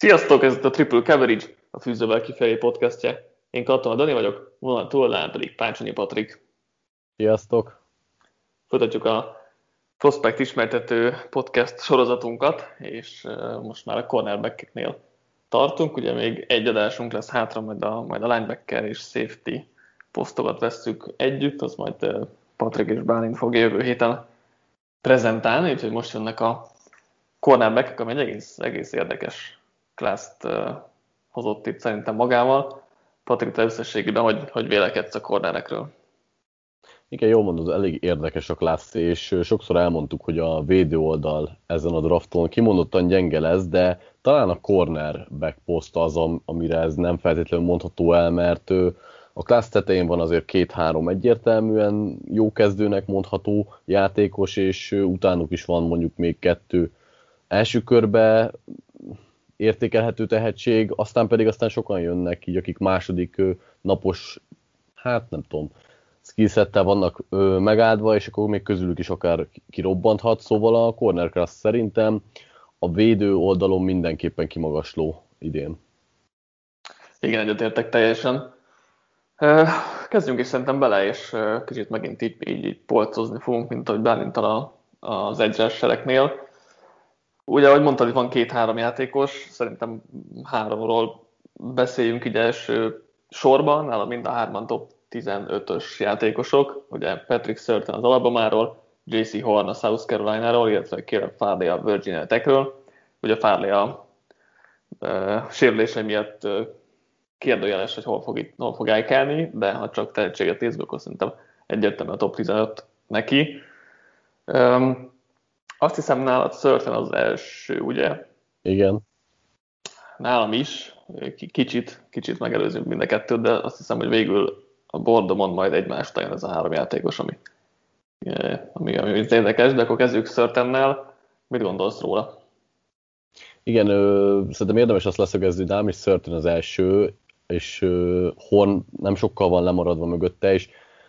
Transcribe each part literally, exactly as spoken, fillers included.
Sziasztok, ez itt a Triple Coverage, a Fűzővel kifelé podcastje. Én Katona Dani vagyok, vonal túloldalán pedig Páncsonyi Patrik. Sziasztok! Folytatjuk a Prospect ismertető podcast sorozatunkat, és most már a cornerback-nél tartunk. Ugye még egy adásunk lesz hátra, majd a, majd a linebacker és safety posztokat vesszük együtt, az majd Patrik és Bálint fogja jövő héten prezentálni, úgyhogy most jönnek a cornerback-ek, ami egy egész, egész érdekes klászt uh, hozott itt szerintem magával. Patrik, te összességében hogy, hogy vélekedsz a cornerekről? Igen, jól mondod, elég érdekes a klassz, és sokszor elmondtuk, hogy a védő oldal ezen a drafton kimondottan gyenge lesz, de talán a cornerback poszt az, amire ez nem feltétlenül mondható el, mert a klassz tetején van azért két-három egyértelműen jó kezdőnek mondható játékos, és utánuk is van mondjuk még kettő első körbe értékelhető tehetség, aztán pedig aztán sokan jönnek így, akik második napos, hát nem tudom, skillsettel vannak ö, megáldva, és akkor még közülük is akár kirobbanthat, szóval a corner class szerintem a védő oldalon mindenképpen kimagasló idén. Igen, egyetértek teljesen. Kezdjünk is szerintem bele, és kicsit megint így, így, így polcozni fogunk, mint ahogy Bálintal az edge-sereknél. Ugye, ahogy mondtad, itt van két-három játékos, szerintem háromról beszéljünk így első sorban, nálam mind a hárman top tizenötös játékosok, ugye Patrick Surtain az Alabamáról, jé cé Horn a South Carolina-ról, illetve Caleb Farley a Virginia Tech-ről. Ugye Farley a e, sérülése miatt e, kérdőjeles, hogy hol fog, itt, hol fog elkelni, de ha csak tehetséget nézve, akkor szerintem egyértelműen a top tizenöt neki. Um, Azt hiszem, nálad Surtain az első, ugye? Igen. Nálam is. Kicsit, kicsit megelőzünk mind a kettőt, de azt hiszem, hogy végül a bordomon majd egymást jön ez a három játékos, ami, ami, ami érdekes, de akkor kezdjük Surtainnel. Mit gondolsz róla? Igen, ö, szerintem érdemes azt leszögezni, hogy nálam is Surtain az első, és ö, Horn nem sokkal van lemaradva mögötte, és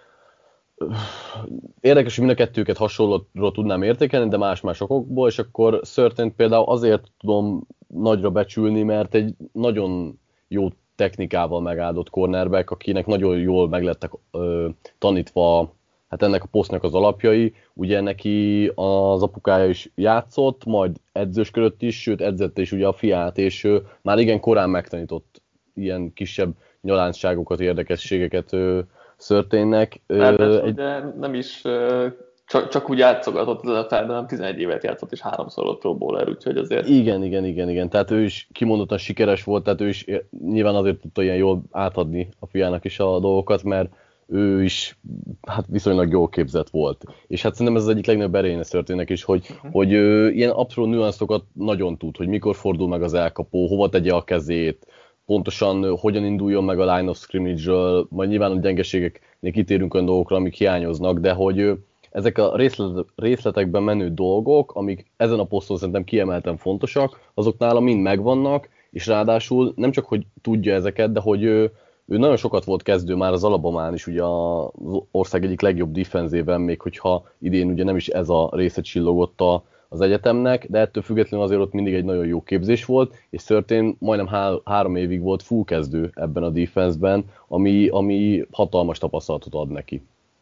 érdekes, hogy mind a kettőket hasonlóról tudnám értékelni, de más-más okokból, és akkor Surtain például azért tudom nagyra becsülni, mert egy nagyon jó technikával megáldott cornerback, akinek nagyon jól meglettek ö, tanítva hát ennek a posztnak az alapjai. Ugye neki az apukája is játszott, majd edzősködött is, sőt edzette is ugye a fiát, és ö, már igen korán megtanított ilyen kisebb nyaláncságokat, érdekességeket ö, Surtainnek. Ráadásul egy... ugye nem is csak, csak úgy játszogatott az en ef el-ben, hanem tizenegy évet játszott, és háromszor volt Pro Bowler, úgyhogy azért... Igen, igen, igen, igen. Tehát ő is kimondottan sikeres volt, tehát ő is nyilván azért tudta ilyen jól átadni a fiának is a dolgokat, mert ő is hát viszonylag jól képzett volt. És hát szerintem ez az egyik legnagyobb erénye Surtainnek is, hogy, uh-huh. hogy ő, ilyen apró nüanszokat nagyon tud, hogy mikor fordul meg az elkapó, hova tegye a kezét, pontosan hogyan induljon meg a line of scrimmage-ről, majd nyilván a gyengeségeknél kitérünk olyan dolgokra, amik hiányoznak, de hogy ezek a részletekben menő dolgok, amik ezen a poszton szerintem kiemelten fontosak, azok nála mind megvannak, és ráadásul nem csak, hogy tudja ezeket, de hogy ő, ő nagyon sokat volt kezdő már az Alabamán is, ugye az ország egyik legjobb defenzében, még hogyha idén ugye nem is ez a része csillogott a az egyetemnek, de ettől függetlenül azért ott mindig egy nagyon jó képzés volt, és Surtain majdnem há- három évig volt full kezdő ebben a defense-ben, ami, ami hatalmas tapasztalatot ad neki.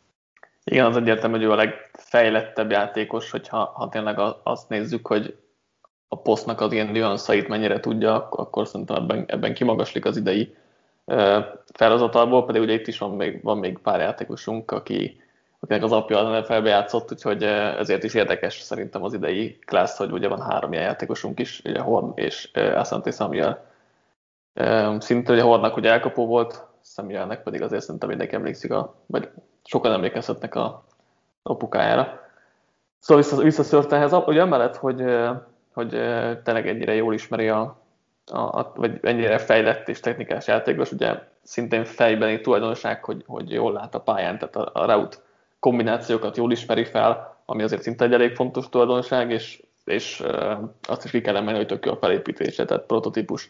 Igen, az egyértelmű, hogy ő a legfejlettebb játékos, hogyha ha tényleg azt nézzük, hogy a posztnak az ilyen nüanszait mennyire tudja, akkor szerintem ebben, ebben kimagaslik az idei felhozatalból, pedig ugye itt is van még, van még pár játékosunk, aki akinek az apja az en ef el-be játszott, úgyhogy ezért is érdekes szerintem az idei class, hogy ugye van három ilyen játékosunk is, ugye Horn és Asante Samuel. Szinte ugye Hornnak ugye elkapó volt, Samuelnek pedig azért szerintem mindenki emlékszik, a, vagy sokan emlékezhetnek a apukájára. Szóval vissza, vissza Surtainhez, ugye emellett, hogy, hogy tényleg ennyire jól ismeri a, a, vagy ennyire fejlett és technikás játékos, ugye szintén fejbeni tulajdonság, hogy, hogy jól lát a pályán, tehát a, a route kombinációkat jól ismeri fel, ami azért szinte egy elég fontos tulajdonság, és, és e, azt is ki kell emelni, hogy tök jó a felépítése, tehát prototípus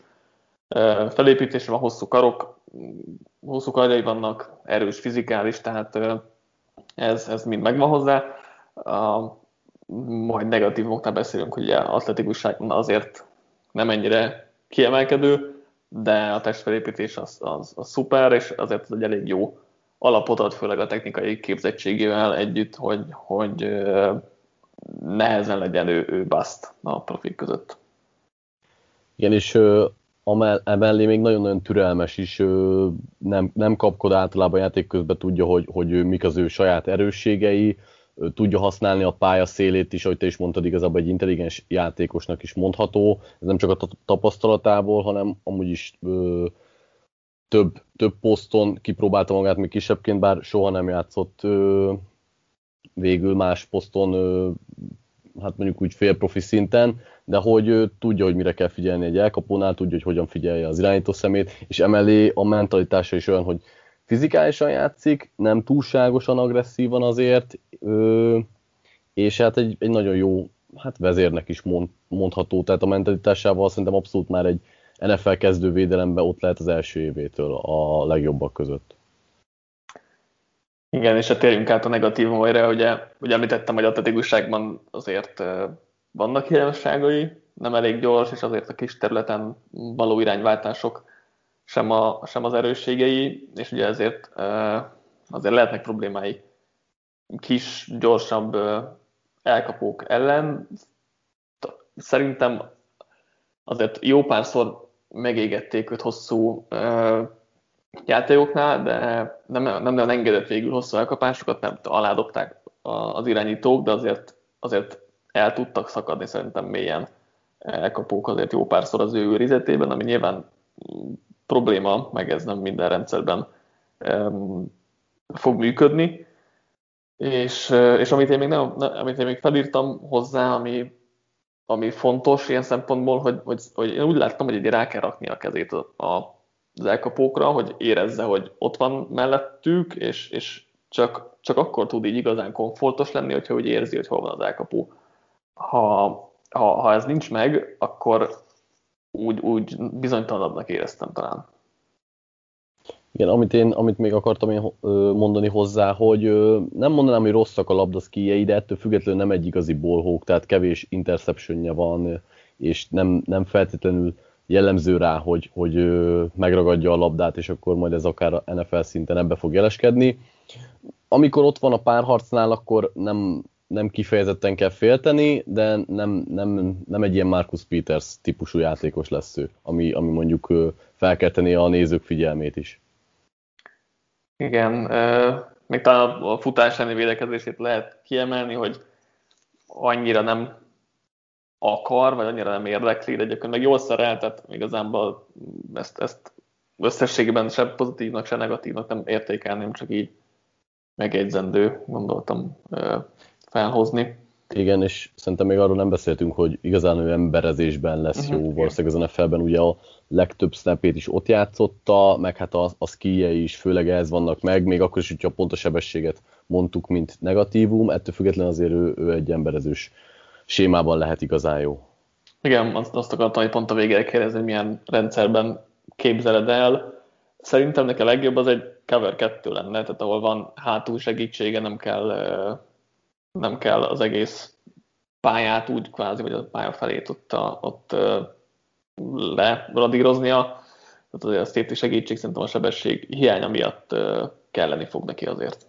e, felépítése van, hosszú karok, hosszú karjai vannak, erős fizikális, tehát e, ez, ez mind megvan hozzá. A, majd negatívoknál beszélünk, hogy ugye atletikusság azért nem ennyire kiemelkedő, de a testfelépítés az, az, az szuper, és azért ez egy elég jó alapot ad, főleg a technikai képzettségével együtt, hogy, hogy nehezen legyen ő, ő bust a profik között. Igen, és emellé még nagyon-nagyon türelmes is, nem, nem kapkod általában játék közben, tudja, hogy, hogy mik az ő saját erősségei, tudja használni a pálya szélét is, ahogy te is mondtad, igazából egy intelligens játékosnak is mondható. Ez nem csak a tapasztalatából, hanem amúgy is ö, több, több poszton kipróbálta magát még kisebbként, bár soha nem játszott ö, végül más poszton, ö, hát mondjuk úgy félprofi szinten, de hogy ö, tudja, hogy mire kell figyelni egy elkapónál, tudja, hogy hogyan figyelje az irányító szemét, és emellé a mentalitása is olyan, hogy fizikálisan játszik, nem túlságosan agresszívan azért, ö, és hát egy, egy nagyon jó hát vezérnek is mond, mondható, tehát a mentalitásával szerintem abszolút már egy en ef el kezdővédelemben ott lehet az első évétől a legjobbak között. Igen, és hát térjünk át a negatívumra, ugye, ugye említettem, hogy atletikusságban azért vannak hiányosságai, nem elég gyors, és azért a kis területen való irányváltások sem, a, sem az erősségei, és ugye ezért azért lehetnek problémái kis, gyorsabb elkapók ellen. Szerintem azért jó párszor megégették őt hosszú játékoknál, de nem, nem, nem engedett végül hosszú elkapásokat, mert aládobták az irányítók, de azért, azért el tudtak szakadni szerintem mélyen elkapók azért jó párszor az ő őrizetében, ami nyilván probléma, meg ez nem minden rendszerben um, fog működni. És, és amit, én még nem, amit én még felírtam hozzá, ami, ami fontos ilyen szempontból, hogy, hogy, hogy én úgy láttam, hogy rá kell rakni a kezét a, a, az elkapókra, hogy érezze, hogy ott van mellettük, és, és csak, csak akkor tud így igazán komfortos lenni, hogyha úgy érzi, hogy hol van az elkapó. Ha, ha, ha ez nincs meg, akkor úgy, úgy bizonytalanabbnak éreztem talán. Igen, amit, én, amit még akartam én mondani hozzá, hogy nem mondanám, hogy rosszak a labdaszkijei, de ettől függetlenül nem egy igazi ballhawk, tehát kevés interceptionje van, és nem, nem feltétlenül jellemző rá, hogy, hogy megragadja a labdát, és akkor majd ez akár en ef el szinten ebbe fog jeleskedni. Amikor ott van a párharcnál, akkor nem, nem kifejezetten kell félteni, de nem, nem, nem egy ilyen Marcus Peters típusú játékos lesz ő, ami, ami mondjuk felkelteni a nézők figyelmét is. Igen, még talán a futás elleni védekezését lehet kiemelni, hogy annyira nem akar, vagy annyira nem érdekli, de egyébként meg jól szerel, tehát igazából ezt, ezt összességében se pozitívnak, se negatívnak nem értékelném, csak így megjegyzendő, gondoltam felhozni. Igen, és szerintem még arról nem beszéltünk, hogy igazán ő emberezésben lesz jó, uh-huh. Valószínűleg az en ef el-ben ugye a legtöbb snapét is ott játszotta, meg hát a, a skijei is főleg ehhez vannak meg, még akkor is, hogyha pont a sebességet mondtuk, mint negatívum, ettől függetlenül azért ő, ő egy emberezős sémában lehet igazán jó. Igen, azt, azt akartam, hogy pont a végére kérdezni, hogy milyen rendszerben képzeled el. Szerintem neki a legjobb az egy cover kettő lenne, tehát ahol van hátul segítsége, nem kell, nem kell az egész pályát úgy kvázi, vagy a pálya felét ott, ott leradíroznia. Tehát azért a safety segítség szerintem a sebesség hiánya miatt kelleni fog neki azért.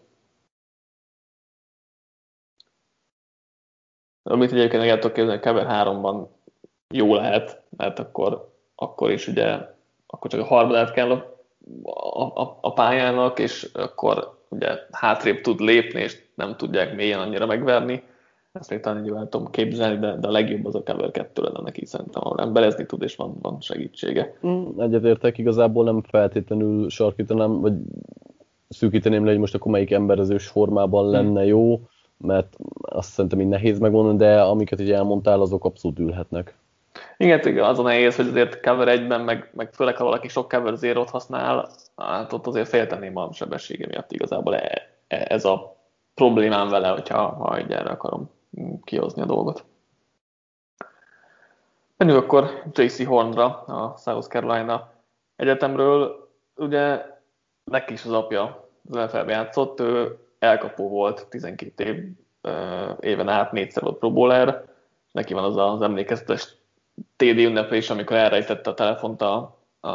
Amit egyébként meg el tudok képzelni, a cover háromban jó lehet, mert akkor, akkor is ugye akkor csak a harmadát kell a, a, a pályának, és akkor ugye hátrébb tud lépni, és nem tudják mélyen annyira megverni. Ezt még talán így el tudom képzelni, de, de a legjobb az a cover kettő lenne neki szerintem, ahol emberezni tud, és van, van segítsége. Mm, egyetértek, igazából nem feltétlenül sarkítanám, vagy szűkíteném le, hogy most akkor melyik emberezős formában lenne mm. jó, mert azt szerintem így nehéz megmondani, de amiket így elmondtál, azok abszolút ülhetnek. Igen, az a nehéz, hogy azért cover egyben, meg, meg főleg ha valaki sok cover zero-t használ, hát ott azért félteném a sebessége miatt igazából ez a problémám vele, hogyha ha így erre akarom kihozni a dolgot. Menjünk akkor jé cé Hornra, a South Carolina egyetemről. Ugye neki is az apja az en ef el-ben játszott, ő elkapó volt tizenkét év, éven át négyszer volt Pro Bowler, neki van az az emlékezetes té dé ünneplés, amikor elrejtette a telefont a, a,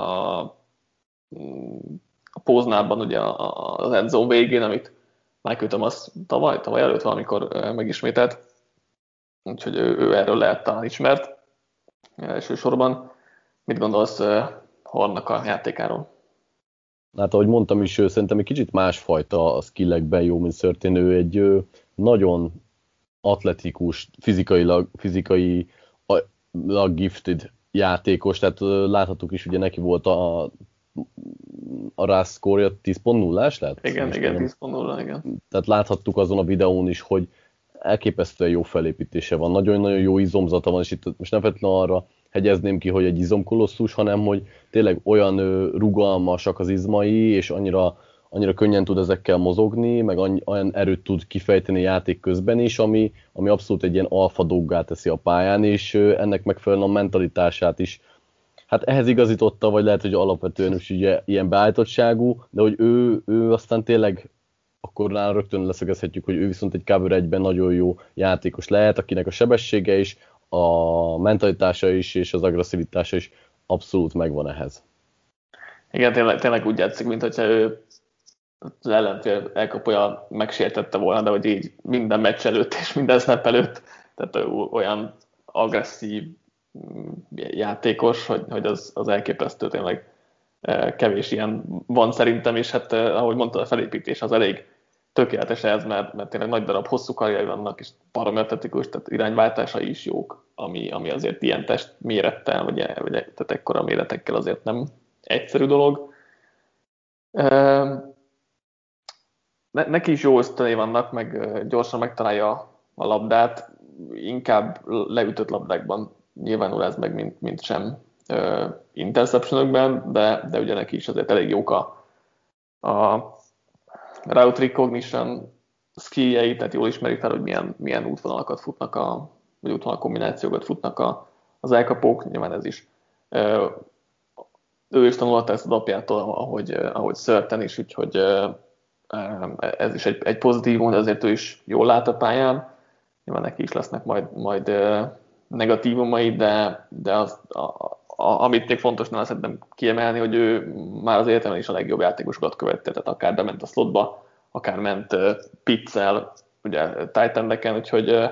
a póznában, ugye az endzone végén, amit Michael Thomas tavaly, tavaly előtt valamikor megismételt. Úgyhogy ő, ő erről lehet talán ismert elsősorban. Mit gondolsz Hornnak a játékáról? Hát ahogy mondtam is, szerintem egy kicsit másfajta a skillekben jó, mint Surtain. Ő egy nagyon atletikus, fizikailag, fizikailag gifted játékos, tehát láthattuk is, ugye neki volt a, a rász szkórja tíz pont nullás lett? Igen, igen, tíz pont nulla, igen. Tehát láthattuk azon a videón is, hogy elképesztően jó felépítése van, nagyon-nagyon jó izomzata van, és itt most nem feltétlenül arra hegyezném ki, hogy egy izomkolosszus, hanem hogy tényleg olyan rugalmasak az izmai, és annyira, annyira könnyen tud ezekkel mozogni, meg olyan erőt tud kifejteni játék közben is, ami, ami abszolút egy ilyen alfa doggá teszi a pályán, és ennek megfelelően a mentalitását is hát ehhez igazította, vagy lehet, hogy alapvetően is ugye ilyen beállítottságú, de hogy ő, ő aztán tényleg akkor nála rögtön leszögezhetjük, hogy ő viszont egy cover egyben nagyon jó játékos lehet, akinek a sebessége is, a mentalitása is és az agresszivitása is abszolút megvan ehhez. Igen, tényleg, tényleg úgy játszik, mint hogyha ő az ellenfél elkapója megsértette volna, de hogy így minden meccs előtt és minden snap előtt, tehát olyan agresszív játékos, hogy, hogy az, az elképesztő, tényleg kevés ilyen van szerintem, és hát ahogy mondtad, a felépítés az elég tökéletes ez, mert, mert tényleg nagy darab hosszú karjai vannak, és parametretikus, tehát irányváltásai is jók, ami, ami azért ilyen test mérettel, vagy, vagy tehát ekkora méretekkel azért nem egyszerű dolog. Ne, neki is jó ösztönei vannak, meg gyorsan megtalálja a labdát, inkább leütött labdákban nyilvánul ez meg, mint, mint sem uh, interceptionökben, de, de ugye neki is azért elég jók a, a route recognition skilljei, tehát jól ismerik fel, hogy milyen, milyen útvonalakat futnak, a, vagy útvonal kombinációkat futnak a, az elkapók, nyilván ez is. Uh, ő is tanulta ezt az apjától, ahogy, ahogy Surtain is, úgyhogy uh, ez is egy, egy pozitívum, de azért ő is jól lát a pályán. Nyilván neki is lesznek majd, majd uh, negatívumai, de, de az, a, a, amit még fontos nála szerintem kiemelni, hogy ő már az életemben is a legjobb játékosokat követte, tehát akár bement a slotba, akár ment uh, piccel, ugye tight endeken, úgyhogy uh,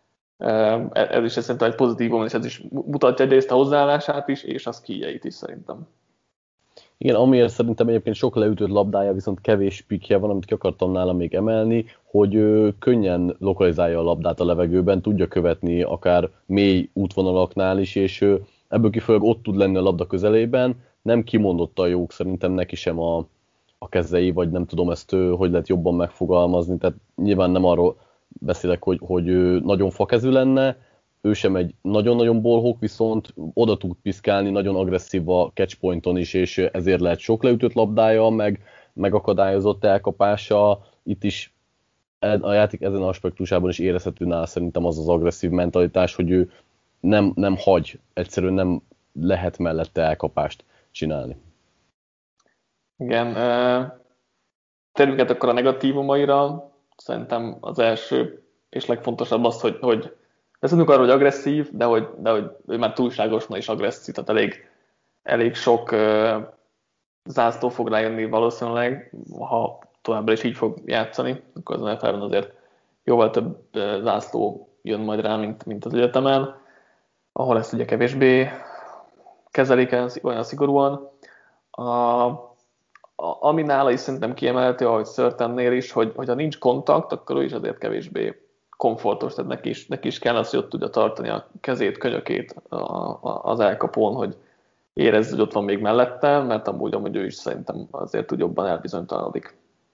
ez is szerintem egy pozitívum, és ez is mutatja egyrészt a hozzáállását is, és a skilljeit is szerintem. Igen, amiért szerintem egyébként sok leütött labdája, viszont kevés pikje van, amit ki akartam nála még emelni, hogy ő könnyen lokalizálja a labdát a levegőben, tudja követni akár mély útvonalaknál is, és ő ebből kifolyólag ott tud lenni a labda közelében, nem kimondottan jók szerintem neki sem a, a kezei, vagy nem tudom ezt, hogy lehet jobban megfogalmazni, tehát nyilván nem arról beszélek, hogy, hogy ő nagyon fakezű lenne, ő sem egy nagyon-nagyon bolhók, viszont oda tud piszkálni, nagyon agresszív a catchpointon is, és ezért lehet sok leütött labdája, meg megakadályozott elkapása. Itt is a játék ezen aspektusában is érezhető nála szerintem az az agresszív mentalitás, hogy ő nem, nem hagy, egyszerűen nem lehet mellette elkapást csinálni. Igen, térjünk át akkor a negatívumaira. Szerintem az első és legfontosabb az, hogy, hogy beszélünk arról, hogy agresszív, de hogy, de hogy ő már túlságosan is agresszív, tehát elég, elég sok uh, zászló fog rájönni valószínűleg, ha továbbra is így fog játszani, akkor az en ef el-ben azért jóval több uh, zászló jön majd rá, mint, mint az egyetemen, ahol ezt ugye kevésbé kezelik olyan szigorúan. A, a, ami nála is szerintem kiemelhető, ahogy Surtainnél is, hogy, hogy ha nincs kontakt, akkor ő is azért kevésbé komfortos, tehát neki is, neki is kell az, hogy ott tudja tartani a kezét, könyökét a, a, az elkapón, hogy érezze, hogy ott van még mellette, mert amúgy, amúgy ő is szerintem azért tud jobban elbizonytalanodik.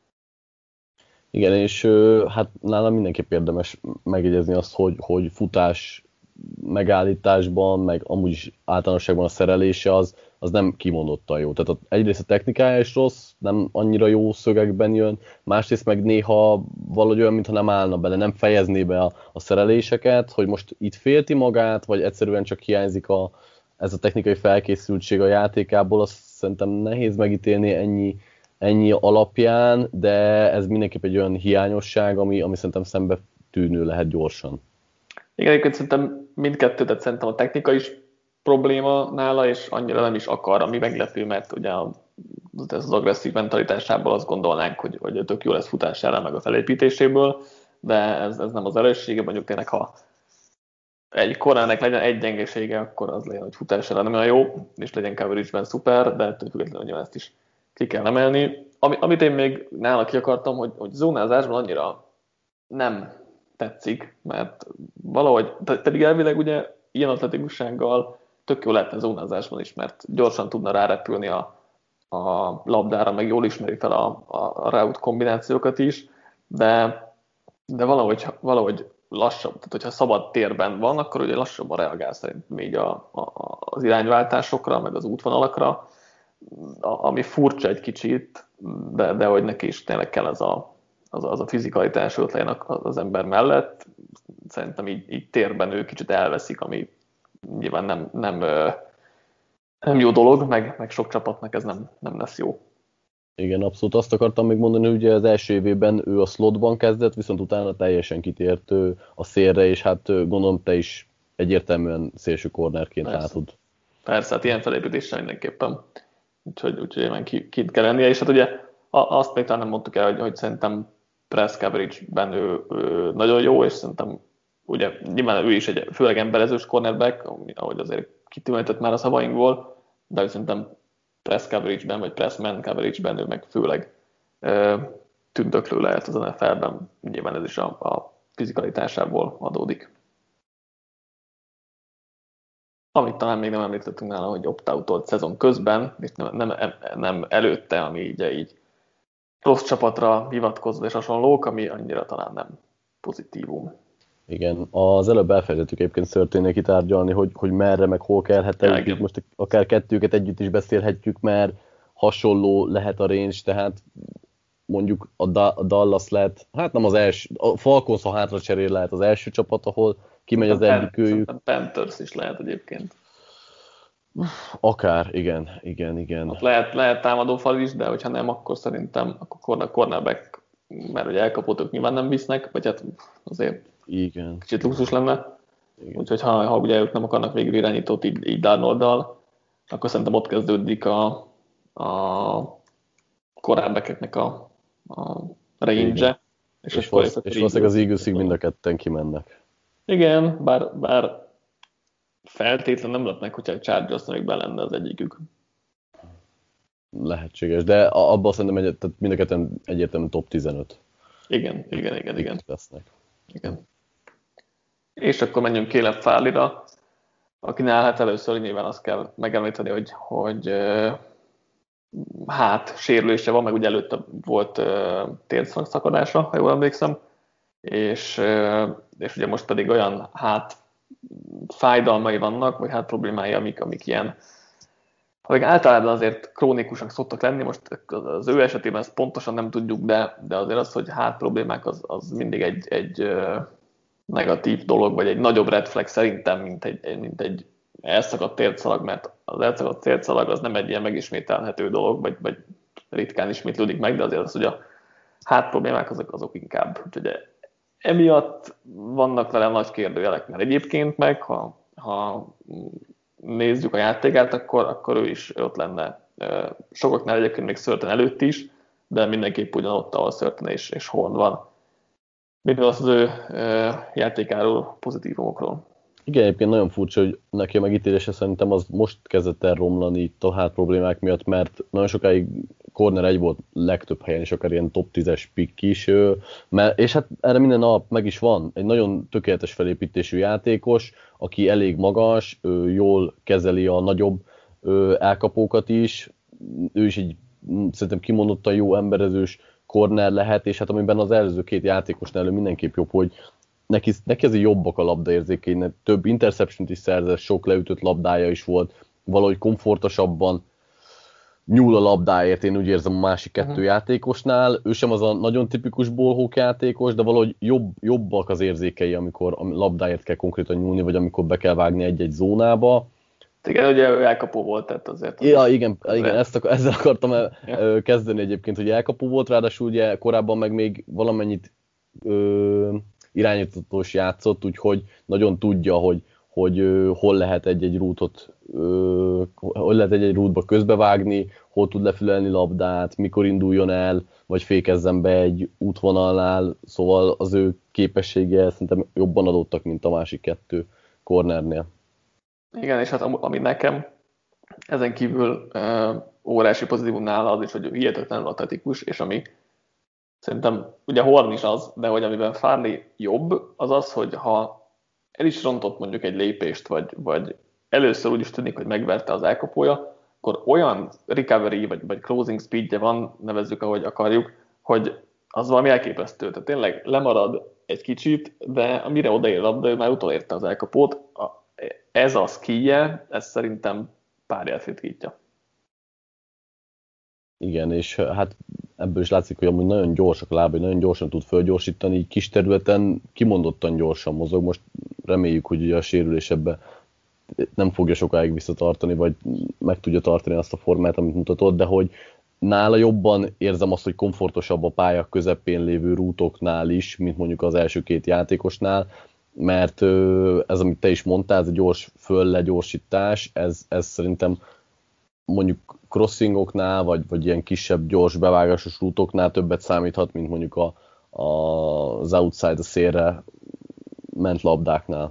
Igen, és hát nálam mindenképp érdemes megjegyezni azt, hogy, hogy futás megállításban, meg amúgy is általánosságban a szerelése az, az nem kimondottan jó. Tehát egyrészt a technikája is rossz, nem annyira jó szögekben jön, másrészt meg néha valahogy olyan, mintha nem állna bele, nem fejezné be a, a szereléseket, hogy most itt félti magát, vagy egyszerűen csak hiányzik a, ez a technikai felkészültség a játékából, azt szerintem nehéz megítélni ennyi, ennyi alapján, de ez mindenképp egy olyan hiányosság, ami, ami szerintem szembe tűnő lehet gyorsan. Igen, egyébként szerintem mindkettő, tehát szerintem a technika is probléma nála, és annyira nem is akar, ami meglepő, mert ugye ez az agresszív mentalitásából azt gondolnánk, hogy, hogy tök jó lesz futására, meg a felépítéséből, de ez, ez nem az erőssége, mondjuk tényleg, ha egy korának legyen egy gyengesége, akkor az legyen, hogy futására nem olyan jó, és legyen coverage-ben szuper, de ettől függetlenül ezt is ki kell emelni. Ami, amit én még nála ki akartam, hogy, hogy zónázásban annyira nem tetszik, mert valahogy, pedig elvileg ugye ilyen atletikussággal tök jó lehetne zónázásban is, mert gyorsan tudna rárepülni a, a labdára, meg jól ismeri fel a, a, a route kombinációkat is, de, de valahogy, valahogy lassabb, tehát hogyha szabad térben van, akkor ugye lassabban reagál szerintem így a, a, az irányváltásokra, meg az útvonalakra, ami furcsa egy kicsit, de, de hogy neki is tényleg kell ez a, az, az a fizikalitás öt legyen az ember mellett. Szerintem így, így térben ő kicsit elveszik, ami nyilván nem, nem, nem jó dolog, meg, meg sok csapatnak ez nem, nem lesz jó. Igen, abszolút azt akartam még mondani, hogy ugye az első évében ő a slotban kezdett, viszont utána teljesen kitért a szélre, és hát gondolom te is egyértelműen szélső cornerként látod. Persze, hát ilyen felépítéssel mindenképpen. Úgyhogy, úgyhogy ki, kint kell lennie, és hát ugye azt még talán nem mondtuk el, hogy, hogy szerintem press coverage-ben ő, ő nagyon jó, és szerintem ugye nyilván ő is egy főleg emberezős cornerback, ahogy azért kitűnhetett már a szavainkból, de szerintem press coverage-ben, vagy press man coverage-ben ő meg főleg ö, tündöklő lehet az en ef el-ben, nyilván ez is a, a fizikalitásából adódik. Amit talán még nem említettünk nála, hogy opt-outolt szezon közben, és nem, nem, nem előtte, ami így, így rossz csapatra hivatkozva és hasonlók, ami annyira talán nem pozitívum. Igen, az előbb elfelejtettük egyébként Szörténnél kitárgyalni, hogy, hogy merre, meg hol kellhet, ja, most akár kettőket együtt is beszélhetjük, mert hasonló lehet a range, tehát mondjuk a, da- a Dallas lehet, hát nem az első, a Falcons, ha hátra cserél, lehet az első csapat, ahol kimegy az egyik őjük. A Panthers is lehet egyébként. Akár, igen, igen, igen. Ott lehet, lehet támadófal is, de hogyha nem, akkor szerintem akkor cornerback, mert ugye elkapótok nyilván nem visznek, vagy hát azért igen. Kicsit luxus lenne. Igen. Úgyhogy ha, ha ugye ők nem akarnak végül irányítót így, így Darnold-dal, akkor szerintem ott kezdődik a, a cornerbackkeknek a, a range-e. És, és, valósz, és valószínűleg az Eaglesig mind a ketten kimennek. Igen, bár, bár feltétlenül nem lepnek, hogyha a Chargers még be lenne az egyikük. Lehetséges, de abban szerintem egy, tehát mind a ketten egyértelműen top tizenöt. Igen, igen, igen, igen. Lesznek. Igen. És akkor menjünk Caleb Farley-ra, akinál hát először nyilván azt kell megemlíteni, hogy, hogy hát sérülése van, meg ugye előtte volt uh, térszakadása, ha jól emlékszem, és, uh, és ugye most pedig olyan hát fájdalmai vannak, vagy hát problémái, amik, amik ilyen, amik általában azért krónikusak szoktak lenni, most az ő esetében ezt pontosan nem tudjuk, de, de azért az, hogy hát problémák, az, az mindig egy, egy uh, negatív dolog, vagy egy nagyobb red flag szerintem, mint egy, mint egy elszakadt térdszalag, mert az elszakadt térdszalag az nem egy ilyen megismételhető dolog, vagy, vagy ritkán ismétlődik meg, de azért az, hogy a hát problémák azok, azok inkább. Úgyhogy emiatt vannak vele nagy kérdőjelek, mert egyébként meg, ha, ha nézzük a játékát, akkor, akkor ő is ott lenne. Sokaknál egyébként még Surtain előtt is, de mindenképp ugyanott, ahol Surtain és, és Horn van. Mit az az ő játékáról, pozitívumokról? Igen, egyébként nagyon furcsa, hogy neki a megítélése szerintem az most kezdett el romlani itt a hát problémák miatt, mert nagyon sokáig corner egy volt legtöbb helyen, és akár ilyen top tízes pick is, mert, és hát erre minden nap meg is van. Egy nagyon tökéletes felépítésű játékos, aki elég magas, jól kezeli a nagyobb elkapókat is, ő is egy szerintem kimondottan jó emberezős corner lehet, és hát amiben az előző két játékosnál elő mindenképp jobb, hogy neki, neki azért jobbak a labdaérzékei, több interception-t is szerzett, sok leütött labdája is volt, valahogy komfortosabban nyúl a labdáért, én úgy érzem a másik kettő uh-huh. játékosnál. Ő sem az a nagyon tipikus ballhawk játékos, de valahogy jobb, jobbak az érzékei, amikor a labdáért kell konkrétan nyúlni, vagy amikor be kell vágni egy-egy zónába. Igen, ugye ő elkapó volt, tehát azért... Ja, az igen, igen ezt akar, ezzel akartam el, ja. kezdeni egyébként, hogy elkapó volt, ráadásul ugye korábban meg még valamennyit ö, irányítatós játszott, úgyhogy nagyon tudja, hogy hogy ö, hol lehet egy-egy rútot, ö, hol lehet egy-egy rútba közbevágni, hol tud lefülelni labdát, mikor induljon el, vagy fékezzen be egy útvonalnál, szóval az ő képessége szerintem jobban adottak, mint a másik kettő cornernél. Igen, és hát ami nekem ezen kívül uh, óriási pozitívum nála az is, hogy hihetetlenül atletikus, és ami szerintem, ugye Horn is az, de hogy amiben Farley jobb, az az, hogy ha el is rontott mondjuk egy lépést, vagy, vagy először úgy is tűnik, hogy megverte az elkapója, akkor olyan recovery, vagy, vagy closing speedje van, nevezzük, ahogy akarjuk, hogy az valami elképesztő. Tehát tényleg lemarad egy kicsit, de amire odaér a labda, ő már utolérte az elkapót. Ez a skije, ez szerintem párját ritkítja. Igen, és hát ebből is látszik, hogy amúgy nagyon gyorsak a lábai, nagyon gyorsan tud fölgyorsítani, így kis területen kimondottan gyorsan mozog. Most reméljük, hogy ugye a sérülés ebbe nem fogja sokáig visszatartani, vagy meg tudja tartani azt a formát, amit mutatott, de hogy nála jobban érzem azt, hogy komfortosabb a pálya közepén lévő rútoknál is, mint mondjuk az első két játékosnál, mert ez, amit te is mondtál, ez a gyors föllegyorsítás, ez, ez szerintem mondjuk crossingoknál, vagy, vagy ilyen kisebb, gyors, bevágásos rútoknál többet számíthat, mint mondjuk a, a, az outside a szélre ment labdáknál.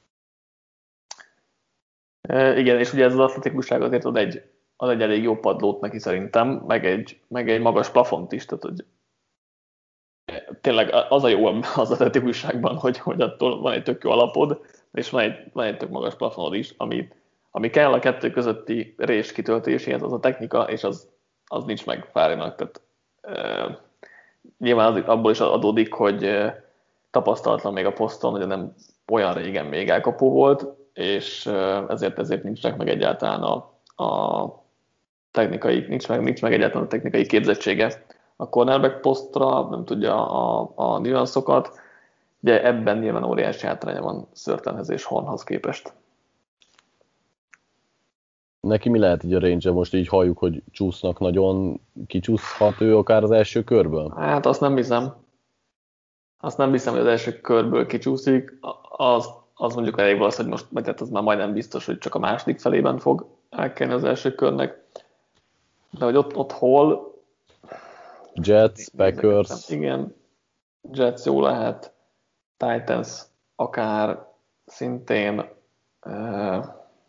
E, igen, és ugye ez az atletikusság azért ad egy, ad egy elég jó padlót neki szerintem, meg egy, meg egy magas plafont is, tehát hogy tényleg az a jó az atletikusságban, hogy, hogy attól van egy tök jó alapod, és van egy, van egy tök magas plafonod is, amit Ami kell a kettő közötti rés kitöltéséhez, az a technika, és az, az nincs meg Farleynak. Tehát e, nyilván az, abból is adódik, hogy e, tapasztalatlan még a poszton, hogy nem olyan régen még elkapó volt, és e, ezért, ezért nincs meg egyáltalán a, a technikai, nincs meg, nincs meg egyáltalán a technikai képzettsége a cornerback posztra, nem tudja a, a nüanszokat, de ebben nyilván óriási hátránya van Surtainhez és Hornhoz képest. Neki mi lehet így a range-e? Most így halljuk, hogy csúsznak nagyon, kicsúszhat ő akár az első körből? Hát azt nem hiszem. Azt nem hiszem, hogy az első körből kicsúszik. Az, az mondjuk elég valószínű, hogy most, vagy hát az már majdnem biztos, hogy csak a második felében fog elkelni az első körnek. De hogy ott, ott hol... Jets, Packers... Igen, Jets jó lehet, Titans akár szintén... Uh,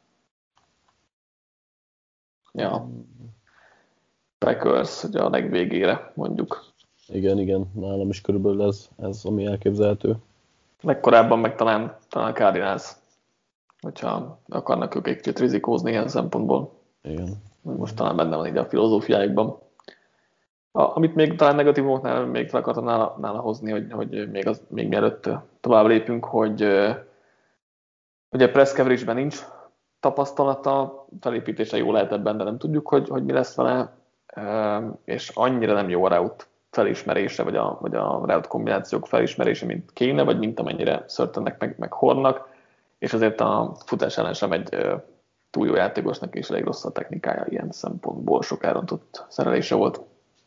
ja, Packers, ugye a legvégére mondjuk. Igen, igen, nálam is körülbelül ez, ez ami elképzelhető. Legkorábban meg talán, talán Cardinals, hogyha akarnak ők egy kicsit rizikózni ilyen szempontból. Igen. Most talán benne van így a filozófiáikban. A, amit még talán negatívumoknál még fel akartam nála, nála hozni, hogy, hogy még, az, még mielőtt tovább lépünk, hogy ugye press coverage-ben nincs tapasztalata, felépítése jó lehet ebben, de nem tudjuk, hogy, hogy mi lesz vele, és annyira nem jó a route felismerése, vagy a, vagy a route kombinációk felismerése, mint kéne, vagy mint amennyire Surtainnek meg, meg Hornnak, és azért a futás ellen sem egy túl jó játékosnak, és elég rossz a technikája ilyen szempontból, sok elrontott szerelése volt.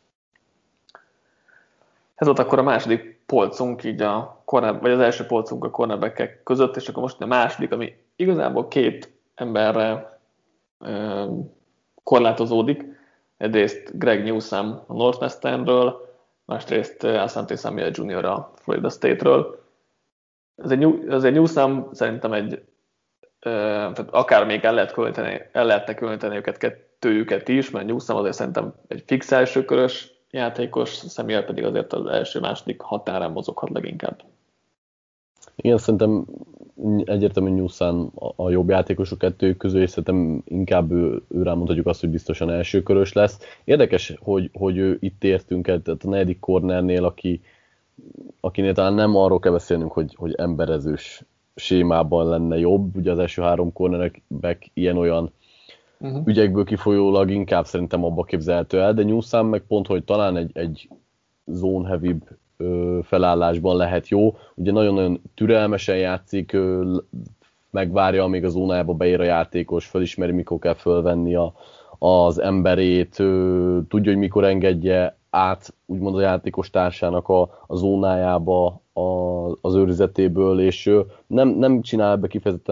Ez volt akkor a második polcunk, így a corner, vagy az első polcunk a cornerback-ek között, és akkor most a második, ami igazából két emberre ö, korlátozódik. Egyrészt Greg Newsome a Northwesternről, másrészt Asante Samuel junior a Florida State-ről. Ez egy, ez egy Newsome szerintem egy, ö, tehát akár még el lehet költeni, el lehetne költeni őket kettőjüket is, mert Newsome azért szerintem egy fix elsőkörös játékos, Samuel pedig azért az első-második határán mozoghat leginkább. Igen, szerintem egyértelműen Newsome a jobb játékosok kettőjük közül, és szerintem inkább ő, őrá mondhatjuk azt, hogy biztosan elsőkörös lesz. Érdekes, hogy, hogy ő itt értünk el, tehát a negyedik cornernél, aki, akinél talán nem arról kell beszélnünk, hogy, hogy emberezős sémában lenne jobb. Ugye az első három cornerback ilyen-olyan uh-huh. ügyekből kifolyólag inkább szerintem abba képzelhető el, de Newsome meg pont, hogy talán egy, egy zone heavy felállásban lehet jó. Ugye nagyon-nagyon türelmesen játszik, megvárja, amíg a zónájába beér a játékos, felismeri, mikor kell fölvenni a, az emberét, tudja, hogy mikor engedje át úgymond a játékos társának a, a zónájába a, az őrizetéből, és nem, nem csinál ebbe kifejezetten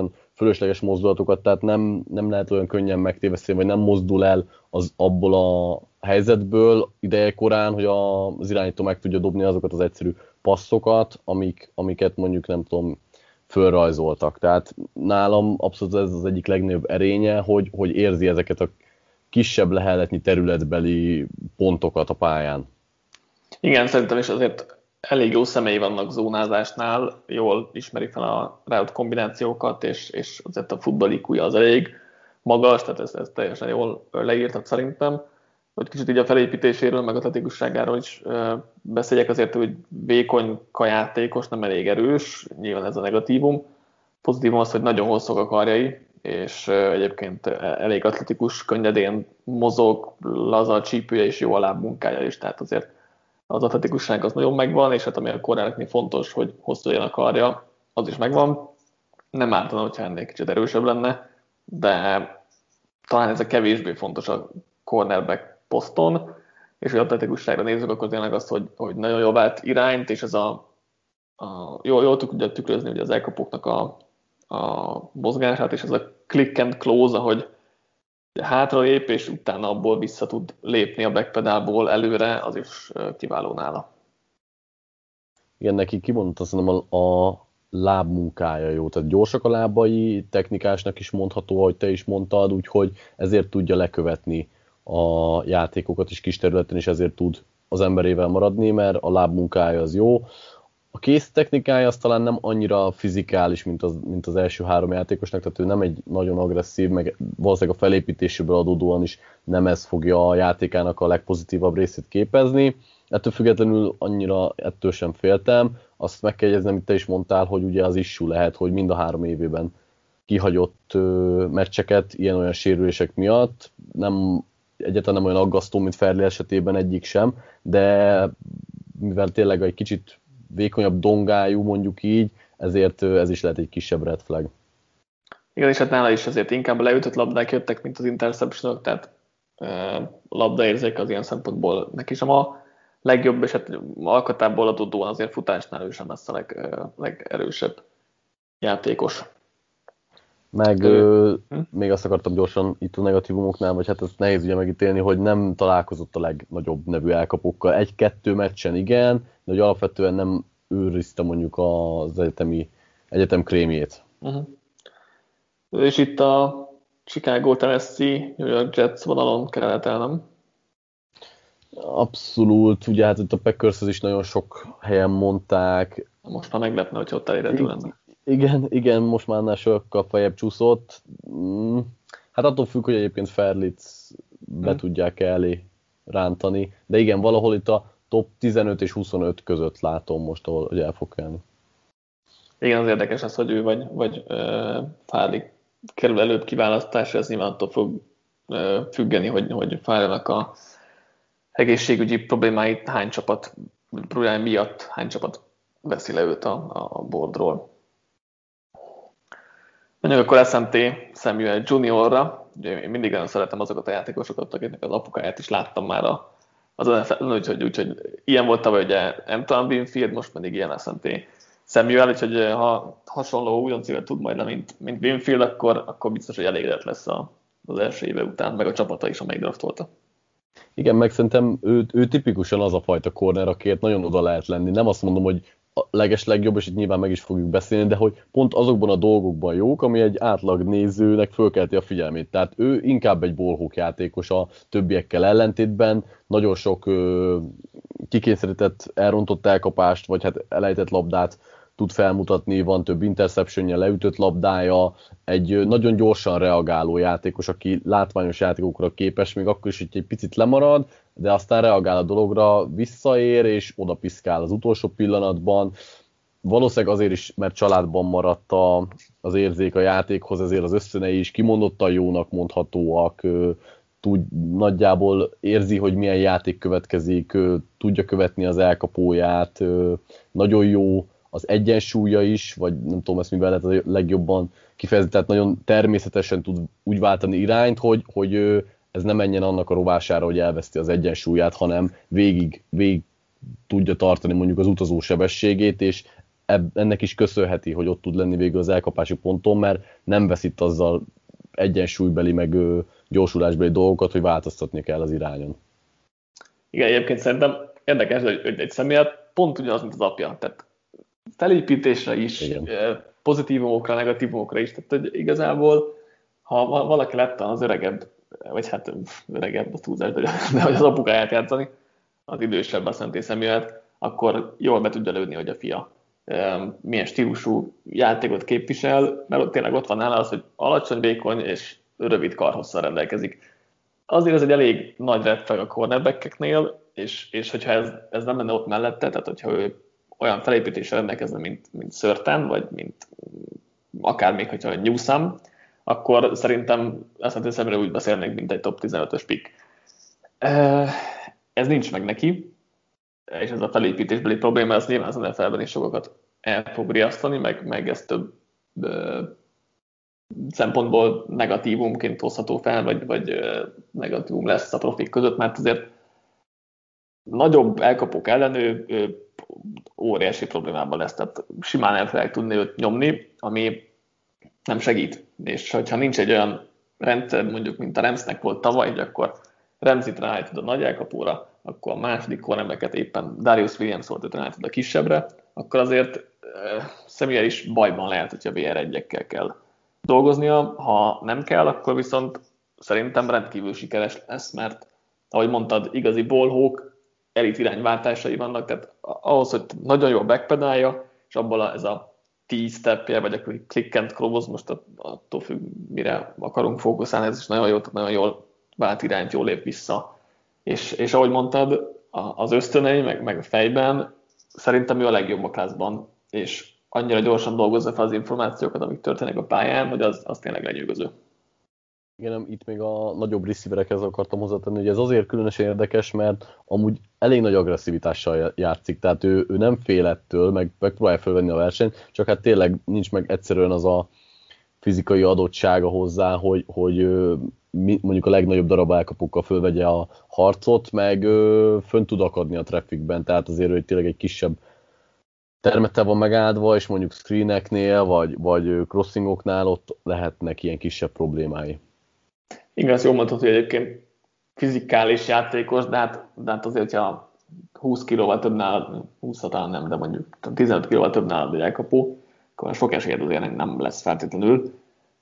fölösleges mozdulatokat, tehát nem, nem lehet olyan könnyen megtéveszteni, vagy nem mozdul el az abból a helyzetből ideje korán, hogy a, az irányító meg tudja dobni azokat az egyszerű passzokat, amik, amiket mondjuk nem tudom, fölrajzoltak. Tehát nálam abszolút ez az egyik legnagyobb erénye, hogy, hogy érzi ezeket a kisebb leheletnyi területbeli pontokat a pályán. Igen, szerintem is azért elég jó személyi vannak zónázásnál, jól ismeri fel a rájött kombinációkat, és, és azért a futball í kúja az elég magas, tehát ezt, ezt teljesen jól leírtad szerintem. Hogy kicsit így a felépítéséről, meg atletikusságáról is beszéljek, azért, hogy vékony kajátékos, nem elég erős, nyilván ez a negatívum. Pozitívum az, hogy nagyon hosszúak a karjai, és egyébként elég atletikus, könnyedén mozog, laza a csípője és jó a lábmunkája is, tehát azért az atletikusság az nagyon megvan, és hát ami a kornereknél fontos, hogy hosszú legyen a karja, az is megvan. Nem ártana, hogyha ennél kicsit erősebb lenne, de talán ez a kevésbé fontos a cornerback poszton, és hogy atletikusságra nézzük, akkor tényleg azt, hogy, hogy nagyon jól vált irányt, és ez a, a jól, jól tudja tükrözni ugye az elkapóknak a, a mozgását, és ez a click and close, ahogy hátra lép, és utána abból vissza tud lépni a backpedalból előre, az is kiváló nála. Igen, neki kimondta szerintem a, a lábmunkája jó, tehát gyorsak a lábai, technikásnak is mondható, ahogy te is mondtad, úgyhogy ezért tudja lekövetni a játékokat is kis területen, és ezért tud az emberével maradni, mert a lábmunkája az jó. A kész technikája az talán nem annyira fizikális, mint az, mint az első három játékosnak, tehát ő nem egy nagyon agresszív, meg valószínűleg a felépítéséből adódóan is nem ez fogja a játékának a legpozitívabb részét képezni. Ettől függetlenül annyira ettől sem féltem. Azt meg kell jegyezni, amit te is mondtál, hogy ugye az issue lehet, hogy mind a három évében kihagyott ö, meccseket ilyen-olyan sérülések miatt. Nem, egyáltalán nem olyan aggasztó, mint Fairley esetében egyik sem, de mivel tényleg egy kicsit vékonyabb dongájú, mondjuk így, ezért ez is lehet egy kisebb red flag. Igen, és hát nála is azért inkább a leütött labdák jöttek, mint az interceptionok, tehát uh, labdaérzék az ilyen szempontból neki sem a legjobb, és hát alkatából adódóan azért futásnál ő sem lesz a leg, uh, legerősebb játékos. Meg ö, hm? még azt akartam gyorsan itt a negatívumoknál, vagy hát ezt nehéz ugye megítélni, hogy nem találkozott a legnagyobb nevű elkapókkal. Egy-kettő meccsen igen, de hogy alapvetően nem őrizte mondjuk az egyetemi, egyetem krémjét. Uh-huh. És itt a Chicago, Tennessee, New York Jets vonalon kellett el, nem? Abszolút, ugye hát itt a Packers-hez is nagyon sok helyen mondták. Most már meglepne, hogyha ott elérhető lenne. Igen, igen, most már annál sokkal fejebb csúszott. Hát attól függ, hogy egyébként Fairley-t be hmm. tudják elé rántani. De igen, valahol itt a top tizenöt és huszonöt között látom most, ahol hogy el fog kelni. Igen, az érdekes az, hogy ő vagy, vagy uh, Fairley kerül előbb kiválasztásra, ez nyilván attól fog uh, függeni, hogy, hogy Fairley-nak a egészségügyi problémáit hány csapat, problémái miatt hány csapat veszi le őt a, a boardról. Mondjuk akkor es em té Samuel juniorra, ugye én mindig nagyon szeretem azokat a játékosokat, akiknek az apukáját is láttam már az en ef el-en, úgyhogy, úgyhogy ilyen volt tavaly ugye Antoine Winfield, most pedig ilyen es em té Samuel, úgyhogy ha hasonló újoncével tud majd le, mint, mint Winfield, akkor, akkor biztos, hogy elégedett lesz a, az első éve után, meg a csapata is, amelyik draftolta. Igen, meg szerintem ő, ő tipikusan az a fajta corner, akiért nagyon oda lehet lenni. Nem azt mondom, hogy a leges legjobb, és itt nyilván meg is fogjuk beszélni, de hogy pont azokban a dolgokban jók, ami egy átlag nézőnek fölkelti a figyelmét. Tehát ő inkább egy ballhawk játékos a többiekkel ellentétben, nagyon sok ö, kikényszerített, elrontott elkapást, vagy hát elejtett labdát tud felmutatni, van több interceptionje, leütött labdája, egy nagyon gyorsan reagáló játékos, aki látványos játékokra képes, még akkor is, hogy egy picit lemarad, de aztán reagál a dologra, visszaér, és oda piszkál az utolsó pillanatban. Valószínűleg azért is, mert családban maradt a, az érzék a játékhoz, ezért az ösztönei is kimondottan jónak mondhatóak, tud, nagyjából érzi, hogy milyen játék következik, tudja követni az elkapóját, nagyon jó az egyensúlya is, vagy nem tudom ezt mivel lehet a legjobban kifejezni, tehát nagyon természetesen tud úgy váltani irányt, hogy, hogy ez ne menjen annak a rovására, hogy elveszti az egyensúlyát, hanem végig, végig tudja tartani mondjuk az utazó sebességét, és ennek is köszönheti, hogy ott tud lenni végül az elkapási ponton, mert nem veszít azzal egyensúlybeli, meg gyorsulásbeli dolgokat, hogy változtatni kell az irányon. Igen, egyébként szerintem érdekes, hogy egy személyet pont ugyanaz, mint az apja. Tehát felépítésre is, igen, pozitívumokra, negatívumokra is. Tehát hogy igazából, ha valaki lett az öregebb, vagy hát öregebb, az túlzás, de hogy az apukáját játszani, az idősebb a Szentély Személyet, akkor jól be tudja lőni, hogy a fia milyen stílusú játékot képvisel, mert ott tényleg ott van nála az, hogy alacsony, vékony és rövid karhosszal rendelkezik. Azért ez egy elég nagy red flag a cornerback-eknél, és, és hogyha ez, ez nem lenne ott mellette, tehát hogyha ő olyan felépítésre rendelkezne, mint, mint Surtain, vagy mint akár még, hogyha Newsome, akkor szerintem azt hiszem, úgy beszélnék, mint egy top tizenötös pick. Ez nincs meg neki, és ez a felépítésbeli probléma, ez nyilván az en ef el-ben is sokakat el fog riasztani, meg, meg ez több ö, szempontból negatívumként hozható fel, vagy, vagy ö, negatívum lesz a profik között, mert azért nagyobb elkapók ellen ő, ő óriási problémában lesz, tehát simán el fogják tudni őt nyomni, ami nem segít, és hogyha nincs egy olyan rendszer, mondjuk, mint a Ramsnek volt tavaly, hogy akkor Ramsey-t ráállítod a nagy elkapóra, akkor a második cornerbacket éppen Darius Williams volt, ráállítod a kisebbre, akkor azért e, Samuel is bajban lehet, hogyha vé er egyekkel kell dolgoznia. Ha nem kell, akkor viszont szerintem rendkívül sikeres lesz, mert ahogy mondtad, igazi ballhawk, elit irányváltásai vannak, tehát ahhoz, hogy nagyon jól backpedálja, és abból ez a T-stepje, vagy a click and close, most attól függ, mire akarunk fókuszálni, ez is nagyon jól, nagyon jól vált irányt, jól lép vissza. És, és ahogy mondtad, az ösztönei, meg, meg a fejben szerintem ő a legjobb a klászban, és annyira gyorsan dolgozza fel az információkat, amik történnek a pályán, hogy az, az tényleg lenyűgöző. Igen, itt még a nagyobb receiverekhez akartam hozzátenni, hogy ez azért különösen érdekes, mert amúgy elég nagy agresszivitással játszik, tehát ő, ő nem fél ettől, meg megpróbálja felvenni a versenyt, csak hát tényleg nincs meg egyszerűen az a fizikai adottsága hozzá, hogy, hogy mondjuk a legnagyobb darab elkapókkal fölvegye a harcot, meg fönn tud akadni a trafficben, tehát azért hogy tényleg egy kisebb termete van megáldva, és mondjuk screeneknél, vagy, vagy crossingoknál ott lehetnek ilyen kisebb problémái. Igaz, jól mondtad, hogy egyébként fizikális játékos, de hát, de hát azért, hogyha húsz kilóval több nálad, húsz talán nem, de mondjuk tizenöt kilóval több nálad egy elkapó, akkor sok esélyed azért nem lesz feltétlenül.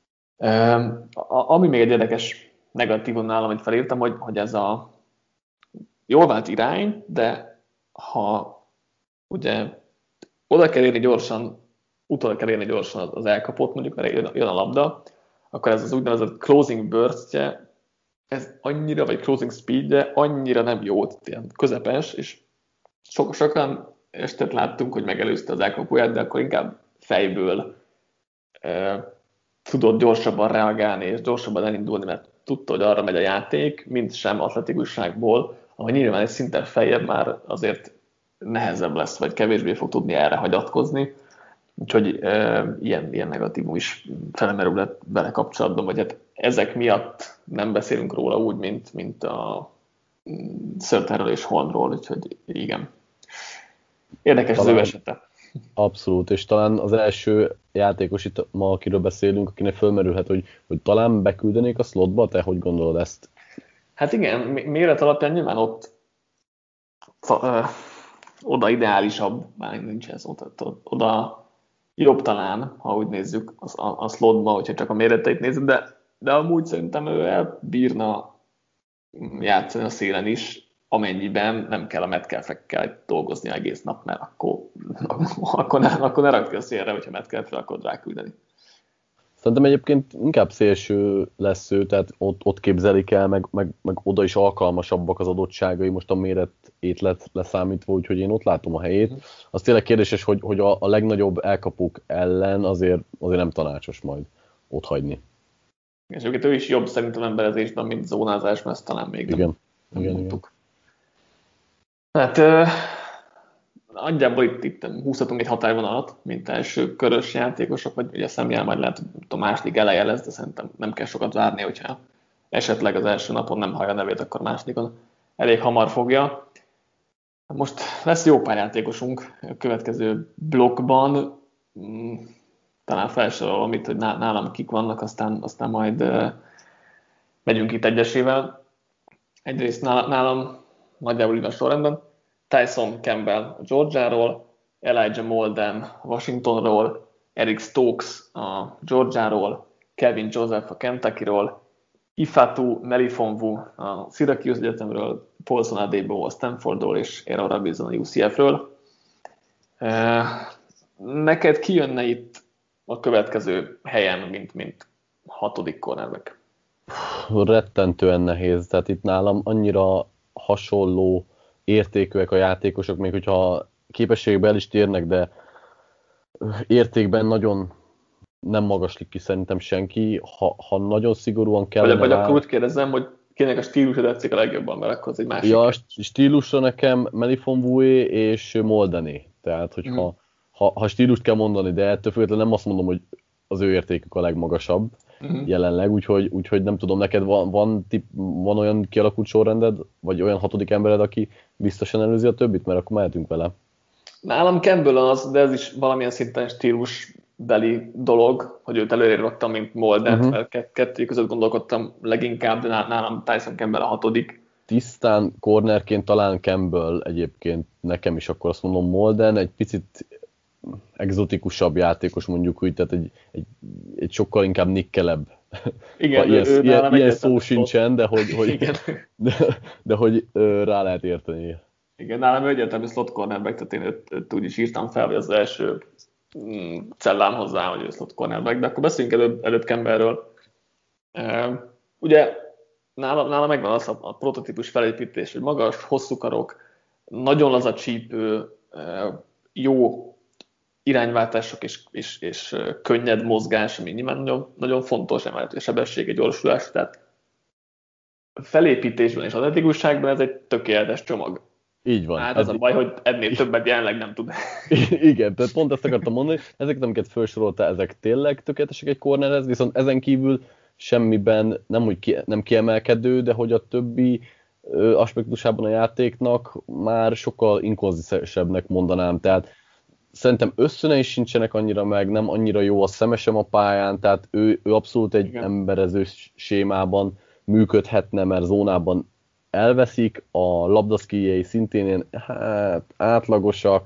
Ami még egy érdekes negatívum nálam, amit felírtam, hogy, hogy ez a jól vált irány, de ha ugye oda kell érni gyorsan, utólag kell érni gyorsan az elkapott, mondjuk, mert jön, jön a labda, akkor ez az úgynevezett closing burstje, ez annyira, vagy closing speedje annyira nem jó, ilyen közepes, és so- sokan estet láttunk, hogy megelőzte az elkapóját, de akkor inkább fejből e, tudott gyorsabban reagálni, és gyorsabban elindulni, mert tudta, hogy arra megy a játék, mint sem atletikusságból, ahogy nyilván egy szinten feljebb már azért nehezebb lesz, vagy kevésbé fog tudni erre hagyatkozni. Úgyhogy e, ilyen, ilyen negatívum is felemerül lett bele kapcsolatban, vagy hát ezek miatt nem beszélünk róla úgy, mint, mint a Surtainről és Hornról, úgyhogy igen. Érdekes talán, az ő esete. Abszolút, és talán az első játékos itt ma, akiről beszélünk, akinek fölmerülhet, hogy, hogy talán beküldenék a slotba, te hogy gondolod ezt? Hát igen, méret alapján nyilván ott ö, oda ideálisabb, már nincs ez, oda, oda jobb talán, ha úgy nézzük a, a, a slotba, hogyha csak a méreteit nézzük, de, de amúgy szerintem ő elbírna játszani a szélen is, amennyiben nem kell a Metcalfekkel dolgozni egész nap, mert akkor, akkor, ne, akkor ne rakd ki a szélre, hogyha Metcalfre akarod ráküldeni. Szerintem egyébként inkább szélső lesz ő, tehát ott, ott képzelik el, meg, meg, meg oda is alkalmasabbak az adottságai, most a méretét lett leszámítva, úgyhogy én ott látom a helyét. Az tényleg kérdéses, hogy, hogy a, a legnagyobb elkapók ellen azért, azért nem tanácsos majd ott hagyni. És egyébként ő is jobb szerintem emberezésben, mint zónázásban, ezt talán még igen. nem, nem igen, mondtuk. Igen. Hát uh, nagyjából itt, itt húzhatunk egy határvonalat, mint első körös játékosok, vagy ugye Samuel majd lehet, hogy a második eleje lesz, de szerintem nem kell sokat várni, hogyha esetleg az első napon nem hallja a nevét, akkor másodikon elég hamar fogja. Most lesz jó pár játékosunk a következő blokkban. Talán felsorolom amit, hogy nálam kik vannak, aztán, aztán majd megyünk itt egyesével. Egyrészt nálam nagyjából így a sorrendben. Tyson Campbell a Georgiáról, Elijah Molden Washingtonról, Eric Stokes a Georgiáról, Kevin Joseph a Kentuckyról, Ifatu Melifonwu a Syracuse Egyetemről, Paulson Adebo a Stanfordról és Aaron Robinson a U C F-ről. Neked ki jönne itt a következő helyen, mint, mint hatodik cornerback? Rettentően nehéz, tehát itt nálam annyira hasonló értékűek a játékosok, még hogyha képességben el is térnek, de értékben nagyon nem magaslik ki szerintem senki, ha, ha nagyon szigorúan kellene... Vagy, vagy akkor úgy kérdezem, hogy kinek a stílusra tetszik a legjobban, mert akkor az egy másik. Ja, a stílusra nekem Melifonwu-é és Moldené. Tehát, hogyha mm. ha, ha stílust kell mondani, de ettől függetlenül nem azt mondom, hogy az ő értékük a legmagasabb mm. jelenleg, úgyhogy, úgyhogy nem tudom, neked van, van, tip, van olyan kialakult sorrended, vagy olyan hatodik embered, aki biztosan előzi a többit, mert akkor mehetünk vele. Nálam Campbell az, de ez is valamilyen szinten stílusbeli dolog, hogy őt előre raktam, mint Molden, uh-huh. mert kettő között gondolkodtam leginkább, de nálam Tyson Campbell a hatodik. Tisztán cornerként talán Campbell egyébként, nekem is akkor azt mondom Molden, egy picit egzotikusabb játékos mondjuk úgy, tehát egy, egy, egy sokkal inkább nikkelebb. Igen, ilyen, ő, ilyen, ilyen szó sincsen, de hogy, hogy, de, de hogy rá lehet érteni. Igen, nálam ő egyértelmű slot cornerback, tehát én őt, őt úgy is írtam fel, hogy az első mm, cellám hozzá, hogy ő slot cornerback, de akkor beszéljünk előbb, előbb Campbellről. E, ugye nála, nála megvan az a, a prototípus felépítés, hogy magas, hosszú karok, nagyon laza csípő, e, jó irányváltások és, és, és könnyed mozgás, ami nyilván nagyon, nagyon fontos, emellett a sebessége, gyorsulás, tehát felépítésben és atletikusságban ez egy tökéletes csomag. Így van. Hát az ez a baj, hogy ennél többet jelenleg nem tud. Igen, tehát pont ezt akartam mondani, ezeket, amiket felsoroltál, ezek tényleg tökéletesek egy cornerhez, viszont ezen kívül semmiben nem, úgy ki, nem kiemelkedő, de hogy a többi ö, aspektusában a játéknak már sokkal inkonzisztensebbnek mondanám, tehát szerintem összönei sincsenek annyira meg, nem annyira jó a szeme sem a pályán, tehát ő, ő abszolút egy Igen. emberező sémában működhetne, mert zónában elveszik, a labdaszkijei szintén ilyen hát, átlagosak,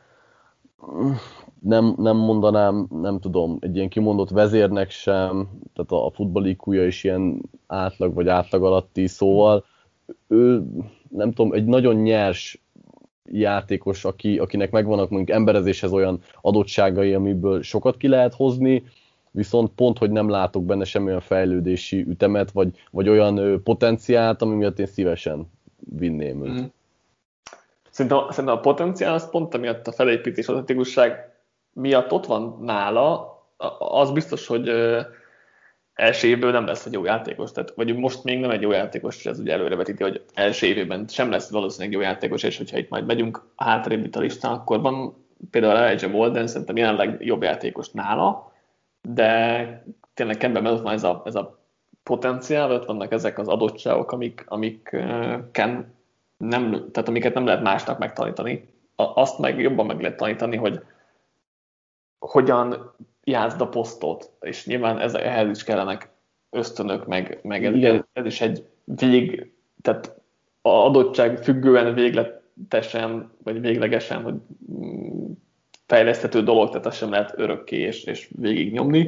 nem, nem mondanám, nem tudom, egy ilyen kimondott vezérnek sem, tehát a futball í kúja is ilyen átlag vagy átlag alatti, szóval ő, nem tudom, egy nagyon nyers játékos, aki, akinek megvannak mondjuk emberezéshez olyan adottságai, amiből sokat ki lehet hozni, viszont pont, hogy nem látok benne semmilyen fejlődési ütemet, vagy, vagy olyan ö, potenciált, ami miatt én szívesen vinném őt. Mm. Szerintem, szerintem a potenciál az pont amiatt a felépítés, az etikusság miatt ott van nála, az biztos, hogy ö, első évből nem lesz egy jó játékos, tehát, vagy most még nem egy jó játékos, és ez ugye előrevetíti, hogy első évben sem lesz valószínűleg jó játékos, és hogyha itt majd megyünk hátrébb itt a listán, akkor van például Elijah Molden, szerintem jelenleg jobb játékos nála, de tényleg Campbellben ott van ez a, ez a potenciál, ott vannak ezek az adottságok, amik, amiken nem, tehát amiket nem lehet másnak megtanítani. Azt meg jobban meg lehet tanítani, hogy hogyan játszd a posztot, és nyilván ez, ehhez is kellenek ösztönök, meg, meg ez, ez is egy vég, tehát a adottság függően végletesen, vagy véglegesen, hogy fejleszthető dolog, tehát azt sem lehet örökké és, és végig nyomni.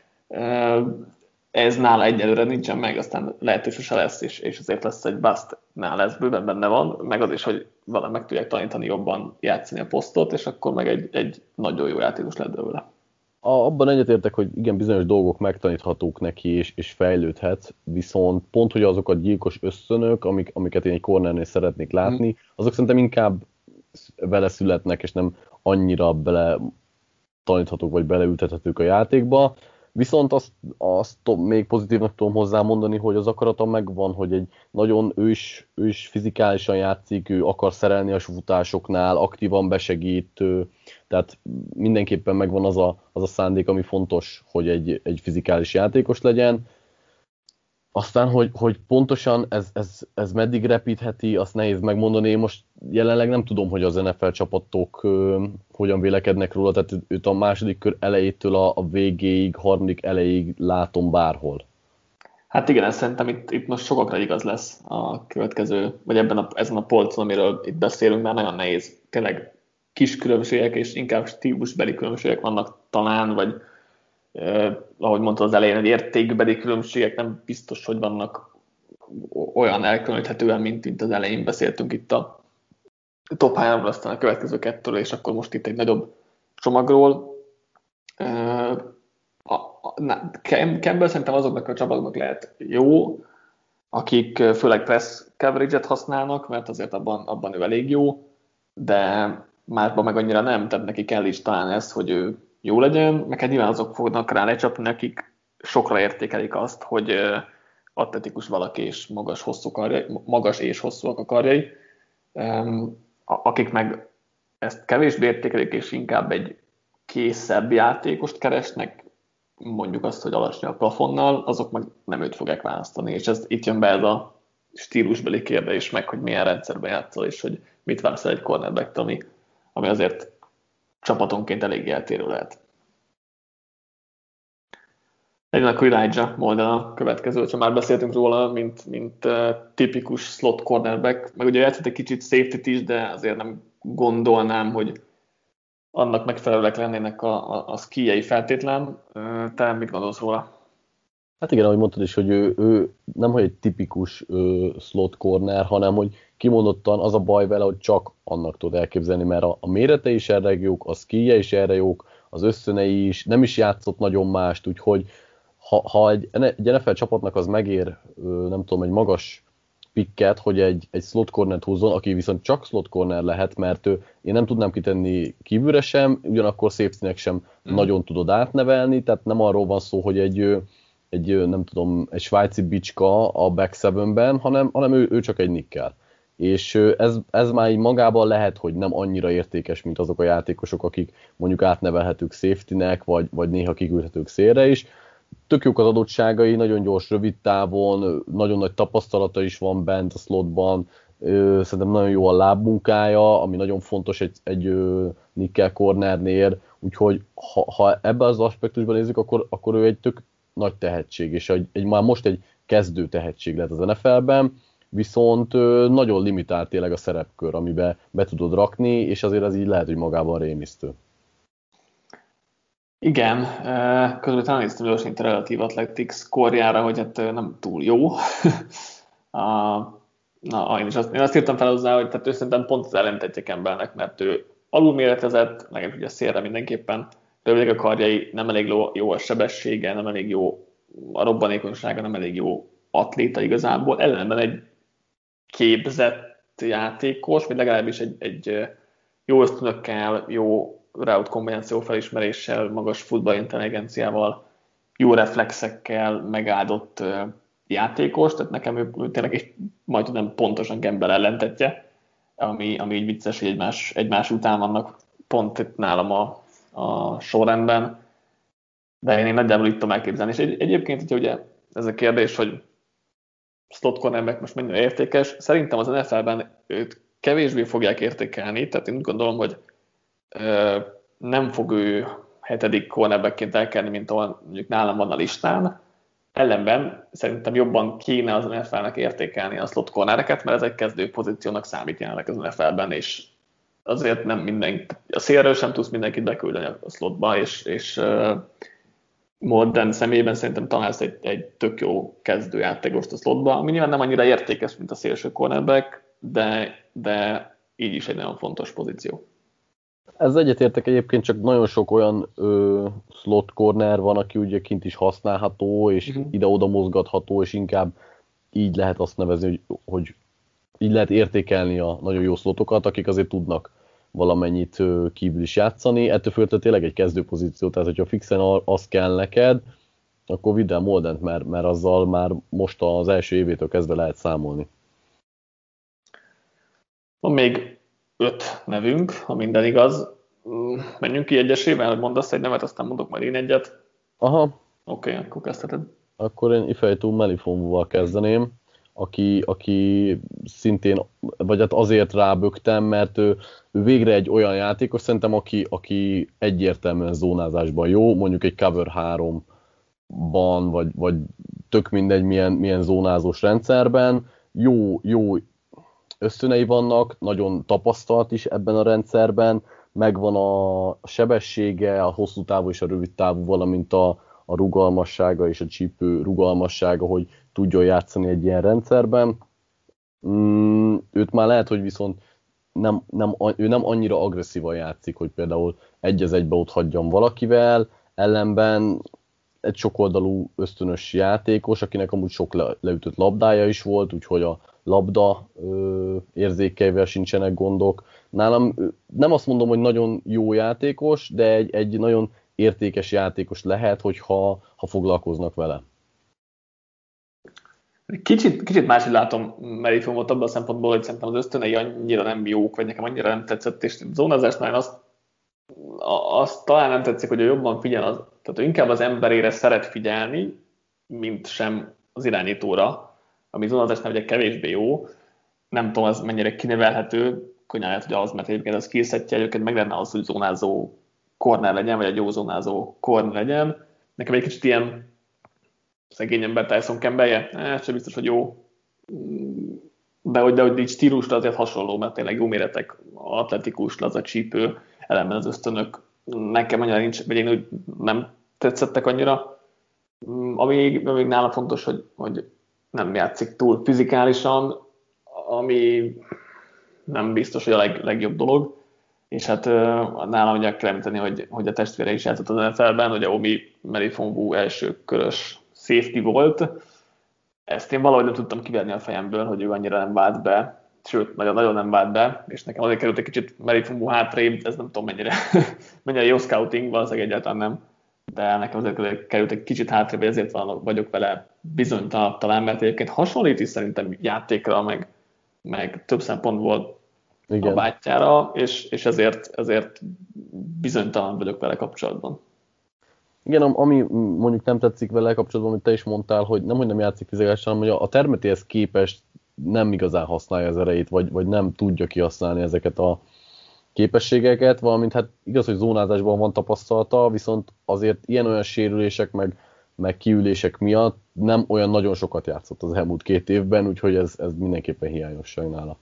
Ez nála egyelőre nincsen meg, aztán lehet, hogy sose lesz, és, és azért lesz egy bust, nála ez bőven benne van, meg az is, hogy valami meg tudják tanítani jobban játszani a posztot, és akkor meg egy, egy nagyon jó játékos lett belőle. Abban egyetértek, hogy igen, bizonyos dolgok megtaníthatók neki, és, és fejlődhet, viszont pont, hogy azok a gyilkos ösztönök, amik, amiket én egy cornernél szeretnék látni, azok szerintem inkább vele születnek, és nem annyira bele taníthatók, vagy beleültethetők a játékba. Viszont azt, azt még pozitívnak tudom hozzá mondani, hogy az akarata megvan, hogy egy nagyon ő is, ő is fizikálisan játszik, ő akar szerelni a futásoknál, aktívan besegít, tehát mindenképpen megvan az a, az a szándék, ami fontos, hogy egy, egy fizikális játékos legyen. Aztán, hogy, hogy pontosan ez, ez, ez meddig repítheti, azt nehéz megmondani. Én most jelenleg nem tudom, hogy az en ef el csapatok ö, hogyan vélekednek róla, tehát őt a második kör elejétől a, a végéig, harmadik elejéig látom bárhol. Hát igen, ez szerintem itt, itt most sokakra igaz lesz a következő, vagy ebben a, ezen a polcon, amiről itt beszélünk, már nagyon nehéz. Tényleg kis különbségek és inkább stílusbeli különbségek vannak talán, vagy eh, ahogy mondtad az elején, hogy értékbeli különbségek nem biztos, hogy vannak olyan elkülöníthetően, mint, mint az elején beszéltünk itt a top háromról, aztán a következő kettőről, és akkor most itt egy nagyobb csomagról. Eh, a, a, na, Campbell szerintem azoknak a csapatoknak lehet jó, akik főleg press coverage-et használnak, mert azért abban, abban ő elég jó, de másban meg annyira nem, tehát neki kell is talán ez, hogy ő jó legyen, meg hát nyilván azok fognak rá lecsapni, akik sokra értékelik azt, hogy atletikus valaki és magas, hosszú karjai, magas és hosszúak a karjai, akik meg ezt kevésbé értékelik, és inkább egy készebb játékost keresnek, mondjuk azt, hogy alacsony a plafonnal, azok meg nem őt fogják választani, és ez itt jön be ez a stílusbeli kérdés meg, hogy milyen rendszerben játszol, és hogy mit válaszol egy cornerback, ami, ami azért csapatonként elég eltérő lehet. Legyen akkor Elijah Molden a következő, ha már beszéltünk róla, mint, mint uh, tipikus slot cornerback, meg ugye játszott egy kicsit safety-t is, de azért nem gondolnám, hogy annak megfelelőek lennének a, a, a skijei feltétlen. Te mit gondolsz róla? Hát igen, ahogy mondtad is, hogy ő, ő nem hogy egy tipikus ö, slot corner, hanem hogy kimondottan az a baj vele, hogy csak annak tudod elképzelni, mert a, a mérete is erre jók, a skije is erre jók, az összönei is, nem is játszott nagyon mást, úgyhogy ha, ha egy, egy en ef el csapatnak az megér, ö, nem tudom, egy magas picket, hogy egy, egy slot cornert húzzon, aki viszont csak slot corner lehet, mert ő, én nem tudnám kitenni kívülre sem, ugyanakkor safety-nek sem mm. nagyon tudod átnevelni, tehát nem arról van szó, hogy egy, egy nem tudom, egy svájci bicska a back seven-ben, hanem, hanem ő, ő csak egy nickel. És ez, ez már így magában lehet, hogy nem annyira értékes, mint azok a játékosok, akik mondjuk átnevelhetők safety-nek, vagy, vagy néha kiküldhetők szélre is. Tök jók az adottságai, nagyon gyors, rövid távon, nagyon nagy tapasztalata is van bent a slotban, szerintem nagyon jó a lábmunkája, ami nagyon fontos egy, egy nickel cornernél, úgyhogy ha, ha ebben az aspektusban nézzük, akkor, akkor ő egy tök nagy tehetség, és egy, egy, már most egy kezdő tehetség lett az en ef el-ben, viszont nagyon limitált tényleg a szerepkör, amiben be tudod rakni, és azért az így lehet, hogy magában rémisztő. Igen, közben talán néztem gyorsan itt a Relative Athletics korjára, hogy hát nem túl jó. Na, én is azt, én azt írtam fel hozzá, hogy tehát ő szerintem pont az ellentetje Campbellnek, mert ő alulméretezett, legalábbis ugye szélre mindenképpen, rövidek a karjai, nem elég jó a sebessége, nem elég jó a robbanékonysága, nem elég jó atléta igazából, ellenben egy képzett játékos, vagy legalábbis egy, egy jó ösztönökkel, jó route kombináció felismeréssel, magas futballintelligenciával, jó reflexekkel megáldott játékos, tehát nekem ő, ő tényleg egy, majd nem pontosan Campbell ellentetje, ami, ami így vicces, hogy egymás, egymás után vannak pont itt nálam a, a sorrendben, de én, én nagyjából itt tudom elképzelni. És egy, egyébként, hogyha ugye ez a kérdés, hogy slot cornerback most mennyire értékes, szerintem az en ef el-ben őt kevésbé fogják értékelni, tehát én úgy gondolom, hogy ö, nem fog ő hetedik cornerbackként elkelni, mint ahol mondjuk nálam van a listán, ellenben szerintem jobban kéne az en ef el-nek értékelni a slot cornereket, mert ez egy kezdő pozíciónak számít jelenleg az en ef el-ben, és azért nem mindenki, a szélről sem tudsz mindenkit beküldeni a slotba, és, és uh, Molden személyében szerintem találsz egy, egy tök jó kezdőjátékost a slotba, ami nyilván nem annyira értékes, mint a szélső cornerback, de, de így is egy nagyon fontos pozíció. Ez egyetértek, egyébként csak nagyon sok olyan ö, slot corner van, aki ugye kint is használható, és uh-huh. ide-oda mozgatható, és inkább így lehet azt nevezni, hogy, hogy így lehet értékelni a nagyon jó slotokat, akik azért tudnak valamennyit ö, kívül is játszani. Ettől fölött tényleg egy kezdőpozíció, tehát hogyha fixen az kell neked, akkor vidd el Moldent, mert, mert azzal már most az első évétől kezdve lehet számolni. Van még öt nevünk, ha minden igaz. Menjünk ki egyesével, hogy mondasz egy nevet, aztán mondok majd én egyet. Aha. Oké, okay, akkor kezdheted. Akkor én Ifejtú Melifonvuval kezdeném, aki, aki szintén, vagy hát azért rábögtem, mert ő, ő végre egy olyan játékos, szerintem, aki, aki egyértelműen zónázásban jó, mondjuk egy cover háromban, vagy, vagy tök mindegy milyen, milyen zónázós rendszerben, jó, jó ösztönei vannak, nagyon tapasztalt is ebben a rendszerben, megvan a sebessége, a hosszú távú és a rövid távú, valamint a, a rugalmassága és a csípő rugalmassága, hogy tudjon játszani egy ilyen rendszerben. Mm, őt már lehet, hogy viszont nem, nem, ő nem annyira agresszívan játszik, hogy például egy az egybe ott hagyjon valakivel, ellenben egy sokoldalú ösztönös játékos, akinek amúgy sok le, leütött labdája is volt, úgyhogy a labda ö, érzékeivel sincsenek gondok. Nálam nem azt mondom, hogy nagyon jó játékos, de egy, egy nagyon értékes játékos lehet, hogyha ha foglalkoznak vele. Kicsit, kicsit máshogy látom Melifonvot abban a szempontból, hogy szerintem az ösztönei annyira nem jók, vagy nekem annyira nem tetszett, és zónázásnál azt, azt talán nem tetszik, hogy ő jobban figyel, az, tehát ő inkább az emberére szeret figyelni, mint sem az irányítóra, ami zónázásnál ugye kevésbé jó. Nem tudom, az mennyire kinevelhető, könnyen lehet, hogy az, mert egyébként a skillsetje egyébként meg lenne az, hogy zónázó corner legyen, vagy egy jó zónázó corner legyen. Nekem egy kicsit ilyen szegény ember Tyson Campbellje, eh, sem biztos, hogy jó, de hogy, de hogy így stílusra azért hasonló, mert tényleg jó méretek, atletikus, laza csípő, ellenben az ösztönök nekem annyira nincs, vagy én úgy nem tetszettek annyira. Ami még nálam fontos, hogy, hogy nem játszik túl fizikálisan, ami nem biztos, hogy a leg, legjobb dolog, és hát nálam ugye kell említeni, hogy, hogy a testvére is játszott az en ef el-ben, ugye Omi Melifonvu első körös safety volt. Ezt én valahogy nem tudtam kiverni a fejemből, hogy ő annyira nem vált be, sőt, nagyon-nagyon nem vált be, és nekem azért került egy kicsit Melifonvu hátrébb, ez nem tudom mennyire, mennyire jó scouting, valószínűleg egyáltalán nem, de nekem azért került egy kicsit hátrébb, ezért vagyok vele bizonytalanabb talán, mert egyébként hasonlít is szerintem játékra, meg, meg több szempontból igen. A bátyjára, és, és ezért, ezért bizonytalan vagyok vele kapcsolatban. Igen, ami mondjuk nem tetszik vele kapcsolatban, amit te is mondtál, hogy nem, hogy nem játszik fizikálisan, hanem hogy a termetéhez képest nem igazán használja az erejét, vagy, vagy nem tudja kihasználni ezeket a képességeket, valamint hát igaz, hogy zónázásban van tapasztalata, viszont azért ilyen-olyan sérülések, meg, meg kiülések miatt nem olyan nagyon sokat játszott az elmúlt két évben, úgyhogy ez, ez mindenképpen hiányosság nála.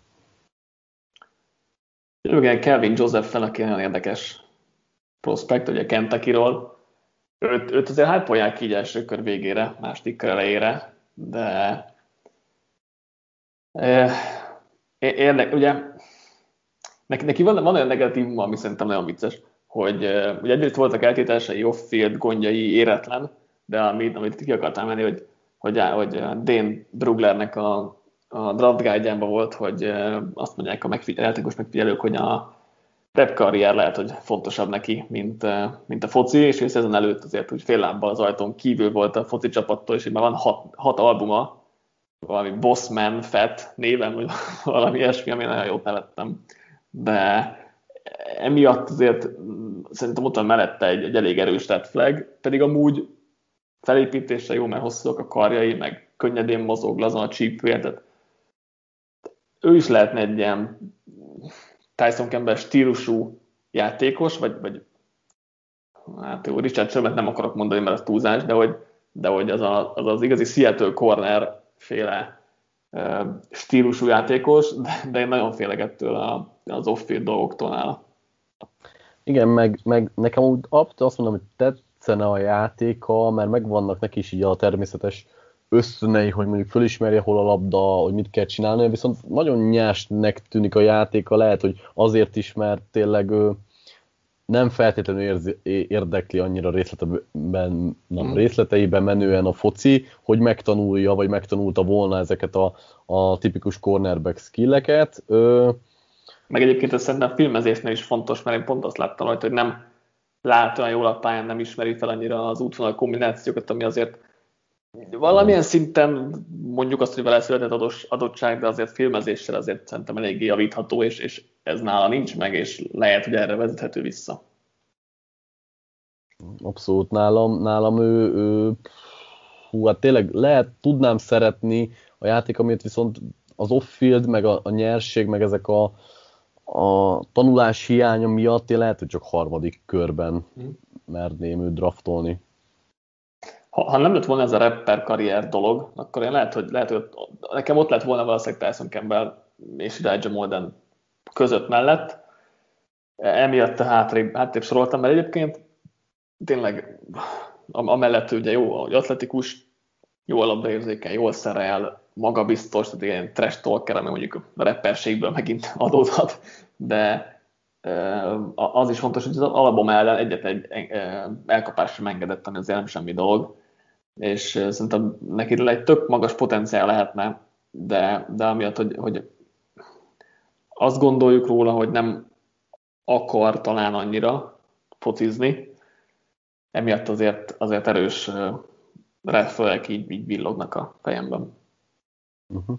Igen, Kelvin Joseph-fel, aki nagyon érdekes prospekt, ugye Kentucky-ról. Őt, őt azért hype-olják így első kör végére, második kör elejére, de érdek, ugye neki, neki van, van olyan negatív, ami szerintem nagyon vicces, hogy ugye egyrészt voltak eltételsei, off-field gondjai, éretlen, de amit, amit ki akartam menni, hogy, hogy, hogy Dane Bruglernek a a draft guide-jában volt, hogy azt mondják a megfigyel, játékos megfigyelők, hogy a rap karrier lehet, hogy fontosabb neki, mint, mint a foci, és ő szezon előtt azért úgy fél lábbal az ajtón kívül volt a foci csapattól, és így már van hat, hat albuma, valami Bossman Fat néven, vagy valami ilyesmi, ami nagyon jót nevettem. De emiatt azért szerintem ott van mellette egy, egy elég erős red flag, pedig amúgy felépítése jó, mert hosszúak a karjai, meg könnyedén mozog, lazan a csípője, tehát ő is lehetne egy ilyen Tyson Campbell stílusú játékos, vagy, vagy hát jó, Richard Sherman nem akarok mondani, mert az túlzás, de hogy, de hogy az, a, az az igazi Seattle Corner féle uh, stílusú játékos, de, de én nagyon félek ettől a, az off-field dolgoktól nála. Igen, meg, meg nekem úgy azt mondom, hogy tetszene a játéka, mert megvannak neki is így a természetes ösztönei, hogy mondjuk fölismerje, hol a labda, hogy mit kell csinálni, viszont nagyon nyásnek tűnik a játéka, lehet, hogy azért is, mert tényleg ő nem feltétlenül érzi, érdekli annyira részleteiben, nem, mm. részleteiben menően a foci, hogy megtanulja, vagy megtanulta volna ezeket a, a tipikus cornerback skilleket. Ö... Meg egyébként ez szerintem a filmezésnél is fontos, mert én pont azt láttam rajta, hogy nem lát olyan jól a pályán, nem ismeri fel annyira az útvonal kombinációkat, ami azért valamilyen szinten mondjuk azt, hogy vele született adottság, de azért filmezéssel azért szerintem eléggé javítható, és, és ez nála nincs meg, és lehet, hogy erre vezethető vissza. Abszolút nálam, nálam ő, ő hú, hát tényleg lehet, tudnám szeretni a játék, amit viszont az off-field, meg a, a nyerség, meg ezek a, a tanulás hiánya miatt én lehet, hogy csak harmadik körben merném őt draftolni. Ha, ha nem lett volna ez a rapper karrier dolog, akkor én lehet, hogy, lehet, hogy nekem ott lett volna valószínűleg Tyson Campbell és Elijah Molden között mellett. Emiatt a hátrébb, hátrébb soroltam, mert egyébként tényleg amellett ugye jó, hogy atletikus, jó a labdaérzéken, jól szerel, magabiztos, tehát ilyen trash talker, ami mondjuk a rapperségből megint adódhat, de az is fontos, hogy az album ellen egyetlen egy elkapás sem engedett, ami azért nem semmi dolog, és szerintem neki egy tök magas potenciál lehetne, de, de amiatt, hogy, hogy azt gondoljuk róla, hogy nem akar talán annyira focizni, emiatt azért, azért erős red flag így, így villognak a fejemben. Uh-huh.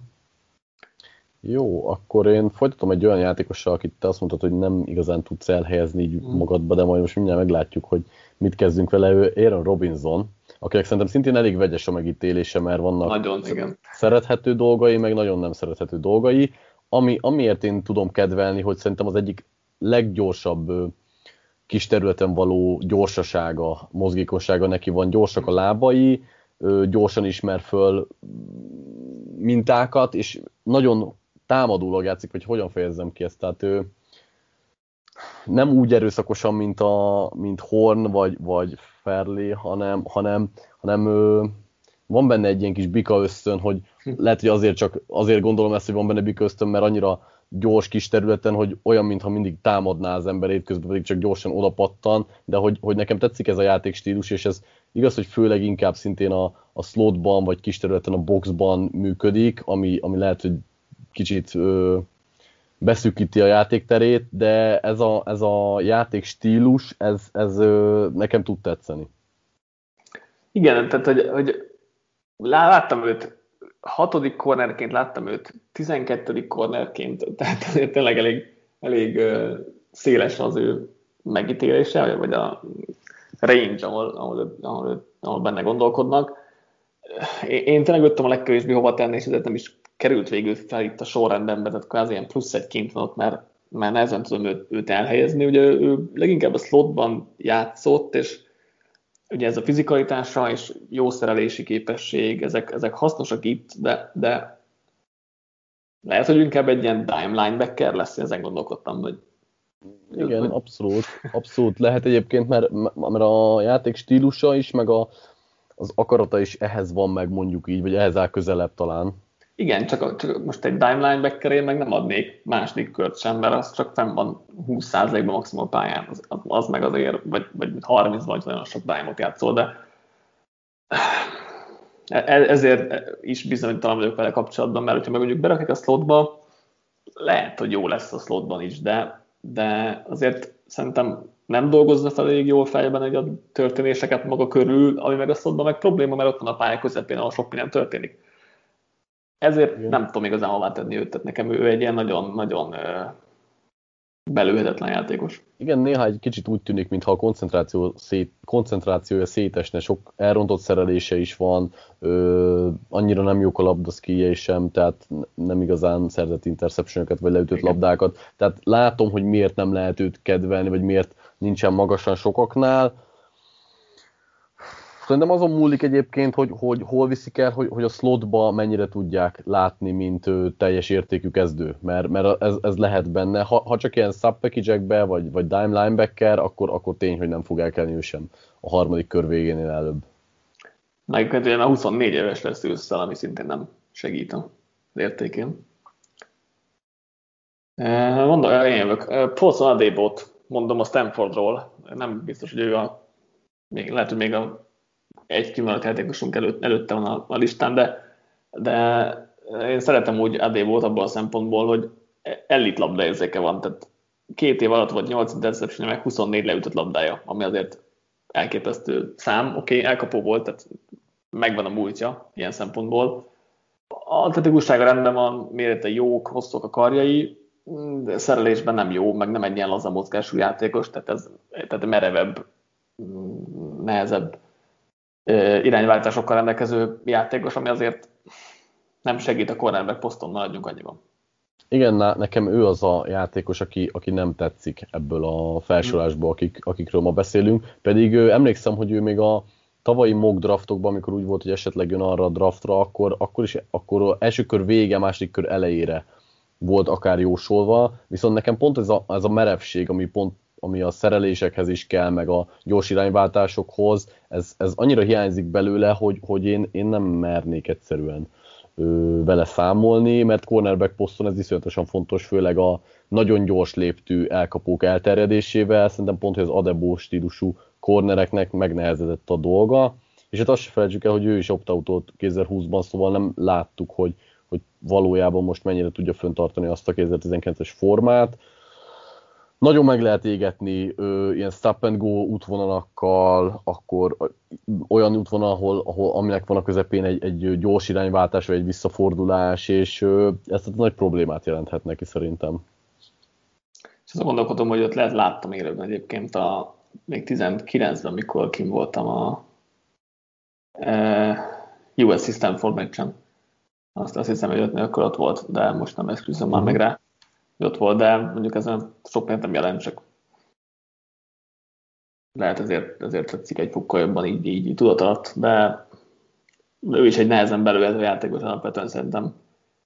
Jó, akkor én folytatom egy olyan játékossal, akit te azt mondtad, hogy nem igazán tudsz elhelyezni így mm. magadba, de majd most mindjárt meglátjuk, hogy mit kezdünk vele. Ő Aaron Robinson, akinek szerintem szintén elég vegyes a megítélése, mert vannak nagyon, igen. szerethető dolgai, meg nagyon nem szerethető dolgai. Ami, amiért én tudom kedvelni, hogy szerintem az egyik leggyorsabb kis területen való gyorsasága, mozgékossága neki van, gyorsak a lábai, gyorsan ismer föl mintákat, és nagyon támadólag játszik, hogy hogyan fejezzem ki ezt. Tehát ő nem úgy erőszakosan, mint, a, mint Horn vagy, vagy Fairley, hanem, hanem, hanem ő, van benne egy ilyen kis bika ösztön, hogy lehet, hogy azért, csak, azért gondolom ezt, hogy van benne bika ösztön, mert annyira gyors kis területen, hogy olyan, mintha mindig támadná az emberét, közben pedig csak gyorsan odapattan, de hogy, hogy nekem tetszik ez a játékstílus, és ez igaz, hogy főleg inkább szintén a, a slotban, vagy kis területen a boxban működik, ami, ami lehet, hogy kicsit ö, beszűkíti a játékterét, de ez a, ez a játékstílus, ez, ez ö, nekem tud tetszeni. Igen, tehát, hogy, hogy láttam őt, hatodik cornerként láttam őt, tizenkettedik cornerként, tehát azért tényleg elég, elég uh, széles az ő megítélése, vagy a range, ahol, ahol, ahol, ahol benne gondolkodnak. Én, én tényleg öttem a legkevésbé hova tenni, és ezért nem is került végül fel itt a sorrendembe, tehát kvázi ilyen plusz egy kint van ott, mert, mert nehezen tudom őt, őt elhelyezni. Ugye ő leginkább a slotban játszott, és ugye ez a fizikalitása és jó szerelési képesség, ezek, ezek hasznosak itt, de, de lehet, hogy inkább egy ilyen dime linebacker lesz, ezen gondolkodtam, hogy... Igen, hogy... abszolút, abszolút lehet egyébként, mert, mert a játék stílusa is, meg a, az akarata is ehhez van meg, mondjuk így, vagy ehhez áll közelebb talán. Igen, csak, a, csak most egy dime linebackerért meg nem adnék második kört sem, mert az csak fenn van húsz százalékban maximum pályán, az, az meg azért, vagy, vagy harminc vagy nagyon sok dime-ot játszol, de ezért is bizonytalan vagyok vele kapcsolatban, mert hogyha meg mondjuk berakják a slotba, lehet, hogy jó lesz a slotban is, de, de azért szerintem nem dolgozza fel elég jól fejben egy a történéseket maga körül, ami meg a slotban meg probléma, mert ott van a pálya közepén, ahol sok minden történik. Ezért igen. Nem tudom igazán hová tenni őt, tehát nekem ő egy ilyen nagyon-nagyon belőhetetlen játékos. Igen, néha egy kicsit úgy tűnik, mintha a koncentráció szét, koncentrációja szétesne, sok elrontott szerelése is van, ö, annyira nem jók a labdaszkíjei sem, tehát nem igazán szerzett interceptionöket vagy leütött igen. labdákat. Tehát látom, hogy miért nem lehet őt kedvelni, vagy miért nincsen magasan sokaknál. Szerintem azon múlik egyébként, hogy, hogy hol viszik el, hogy, hogy a slotba mennyire tudják látni, mint ö, teljes értékű kezdő, mert, mert ez, ez lehet benne. Ha, ha csak ilyen sub-package-ekbe, vagy, vagy dime linebacker, akkor, akkor tény, hogy nem fog elkelni ő sem a harmadik kör végénél előbb. Meg olyan a huszonnégy éves lesz ősszel, ami szintén nem segít az értékén. Mondom, én jövök. Paulson Adébót mondom a Stanfordról. Nem biztos, hogy ő a... Még, lehet, hogy még a egy kimaradt játékosunk előtt, előtte van a, a listán, de, de én szeretem úgy Adébót abban a szempontból, hogy elit labdaérzéke van, tehát két év alatt volt nyolc interception, meg huszonnégy leütött labdája, ami azért elképesztő szám. Oké, okay, elkapó volt, tehát megvan a múltja ilyen szempontból. A atletikussága rendben van, mérete jók, hosszúk a karjai, de szerelésben nem jó, meg nem egy ilyen laza mozgású játékos, tehát ez tehát merevebb, nehezebb irányváltásokkal rendelkező játékos, ami azért nem segít a cornerback poszton, maradjunk annyiban. Igen, nekem ő az a játékos, aki, aki nem tetszik ebből a felsorolásból, akik, akikről ma beszélünk. Pedig emlékszem, hogy ő még a tavalyi mock draftokban, amikor úgy volt, hogy esetleg jön arra a draftra, akkor, akkor is akkor első kör vége, második kör elejére volt akár jósolva, viszont nekem pont ez a, ez a merevség, ami, pont, ami a szerelésekhez is kell, meg a gyors irányváltásokhoz, ez, ez annyira hiányzik belőle, hogy, hogy én, én nem mernék egyszerűen ö, vele számolni, mert cornerback poszton ez iszonyatosan fontos, főleg a nagyon gyors léptű elkapók elterjedésével, szerintem pont, hogy az Adebo stílusú cornereknek megnehezedett a dolga, és hát azt se felejtsük el, hogy ő is opt-outolt kétezer-húszban, szóval nem láttuk, hogy, hogy valójában most mennyire tudja fenntartani azt a kétezer-tizenkilences formát. Nagyon meg lehet égetni ö, ilyen stop and go útvonalakkal, akkor olyan útvonal, ahol, ahol aminek van a közepén egy, egy gyors irányváltás, vagy egy visszafordulás, és ö, ezt egy nagy problémát jelenthet neki szerintem. És azt gondolkodom, hogy ott lehet láttam élőben egyébként a még tizenkilencben, amikor kim voltam a e, u es cé Stanford meccsen. Azt, azt hiszem, hogy ott, akkor ott volt, de most nem esküszöm már meg rá, hogy ott volt, de mondjuk ezen sok mindent nem jelent, csak lehet ezért, ezért tetszik egy fokkal jobban így, így, így tudat alatt, de ő is egy nehezen belőle játékos alapvetően szerintem.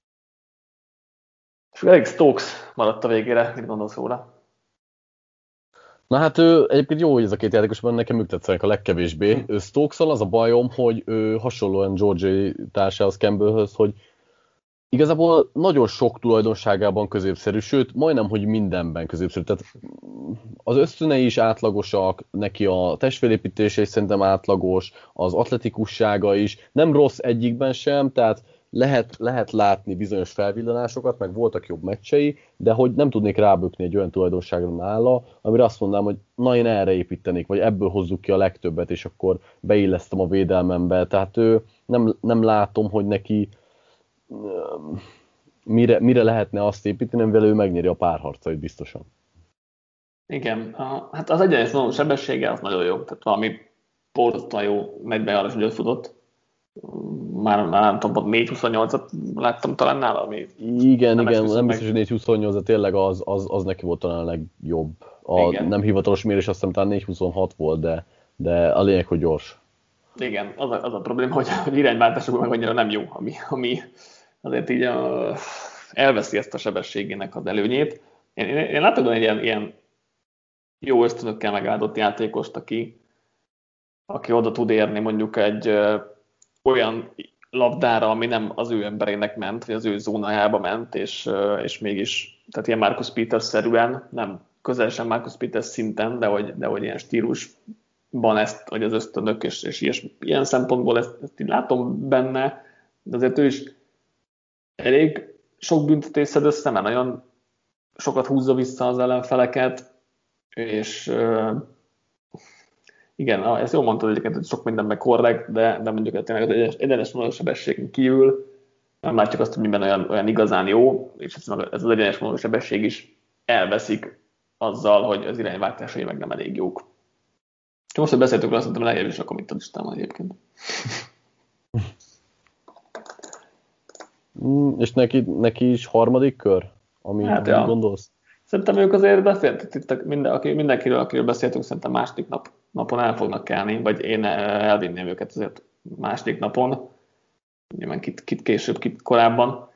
És elég Stokes maradt a végére, mit gondolsz róla? Na hát ő, egyébként jó, hogy ez a két játékos, mert nekem ők tetszenek a legkevésbé. Hm. Stokes-al az a bajom, hogy ő hasonlóan Georgie társához, Campbellhöz, hogy igazából nagyon sok tulajdonságában középszerű, sőt, majdnem, hogy mindenben középszerű. Tehát az ösztönei is átlagosak, neki a testfélépítése is szerintem átlagos, az atletikussága is, nem rossz egyikben sem, tehát lehet, lehet látni bizonyos felvillanásokat, meg voltak jobb meccsei, de hogy nem tudnék rábökni egy olyan tulajdonságra nála, amire azt mondanám, hogy na én erre építenék, vagy ebből hozzuk ki a legtöbbet, és akkor beillesztem a védelmembe. Tehát ő, nem, nem látom, hogy neki mire, mire lehetne azt építeni, amivel ő megnyeri a párharcait biztosan. Igen, a, hát az egyenes vonalú sebessége az nagyon jó, tehát valami borzasztóan jó negyvenhatos időt futott. Már, már nem tudom, négy huszonnyolcat láttam talán nála, ami... Igen, nem igen, nem biztos, hogy négy huszonnyolc, tényleg az, az, az neki volt talán a legjobb. A igen. Nem hivatalos mérés, azt hiszem talán négy huszonhat volt, de, de a lényeg, hogy gyors. Igen, az a, az a probléma, hogy, hogy irányváltásokban meg annyira nem jó, ami, ami azért így a, elveszi ezt a sebességének az előnyét. Én, én, én látok egy ilyen, ilyen jó ösztönökkel megáldott játékost, aki, aki oda tud érni mondjuk egy ö, olyan labdára, ami nem az ő emberének ment, vagy az ő zónájába ment, és, ö, és mégis, tehát ilyen Marcus Peters-szerűen, nem közel sem Marcus Peters szinten, de hogy, de hogy ilyen stílusban ezt, hogy az ösztönök, és, és ilyes, ilyen szempontból ezt, ezt így látom benne, de azért ő is elég sok büntetés szed össze, mert nagyon sokat húzza vissza az ellenfeleket, és uh, igen, ezt jól mondtad egyébként, hogy sok mindenben korrekt, de, de mondjuk tényleg az egyenes vonalú sebességen kívül nem látjuk azt, hogy minden olyan, olyan igazán jó, és ez, ez az egyenes vonalú sebesség is elveszik azzal, hogy az irányváltásai meg nem elég jók. Csak most, hogy beszéltünk, azt mondtam, lejjebb is rakom itt a listámon egyébként. Mm, és neki, neki is harmadik kör, ami hát, ja. gondolsz? Szerintem ők azért beszéltek itt, minden, aki, mindenkiről, akiről beszéltünk, szerintem második nap, napon el fognak kelni, vagy én elvinném őket azért második napon, nyilván kit, kit később, kit korábban.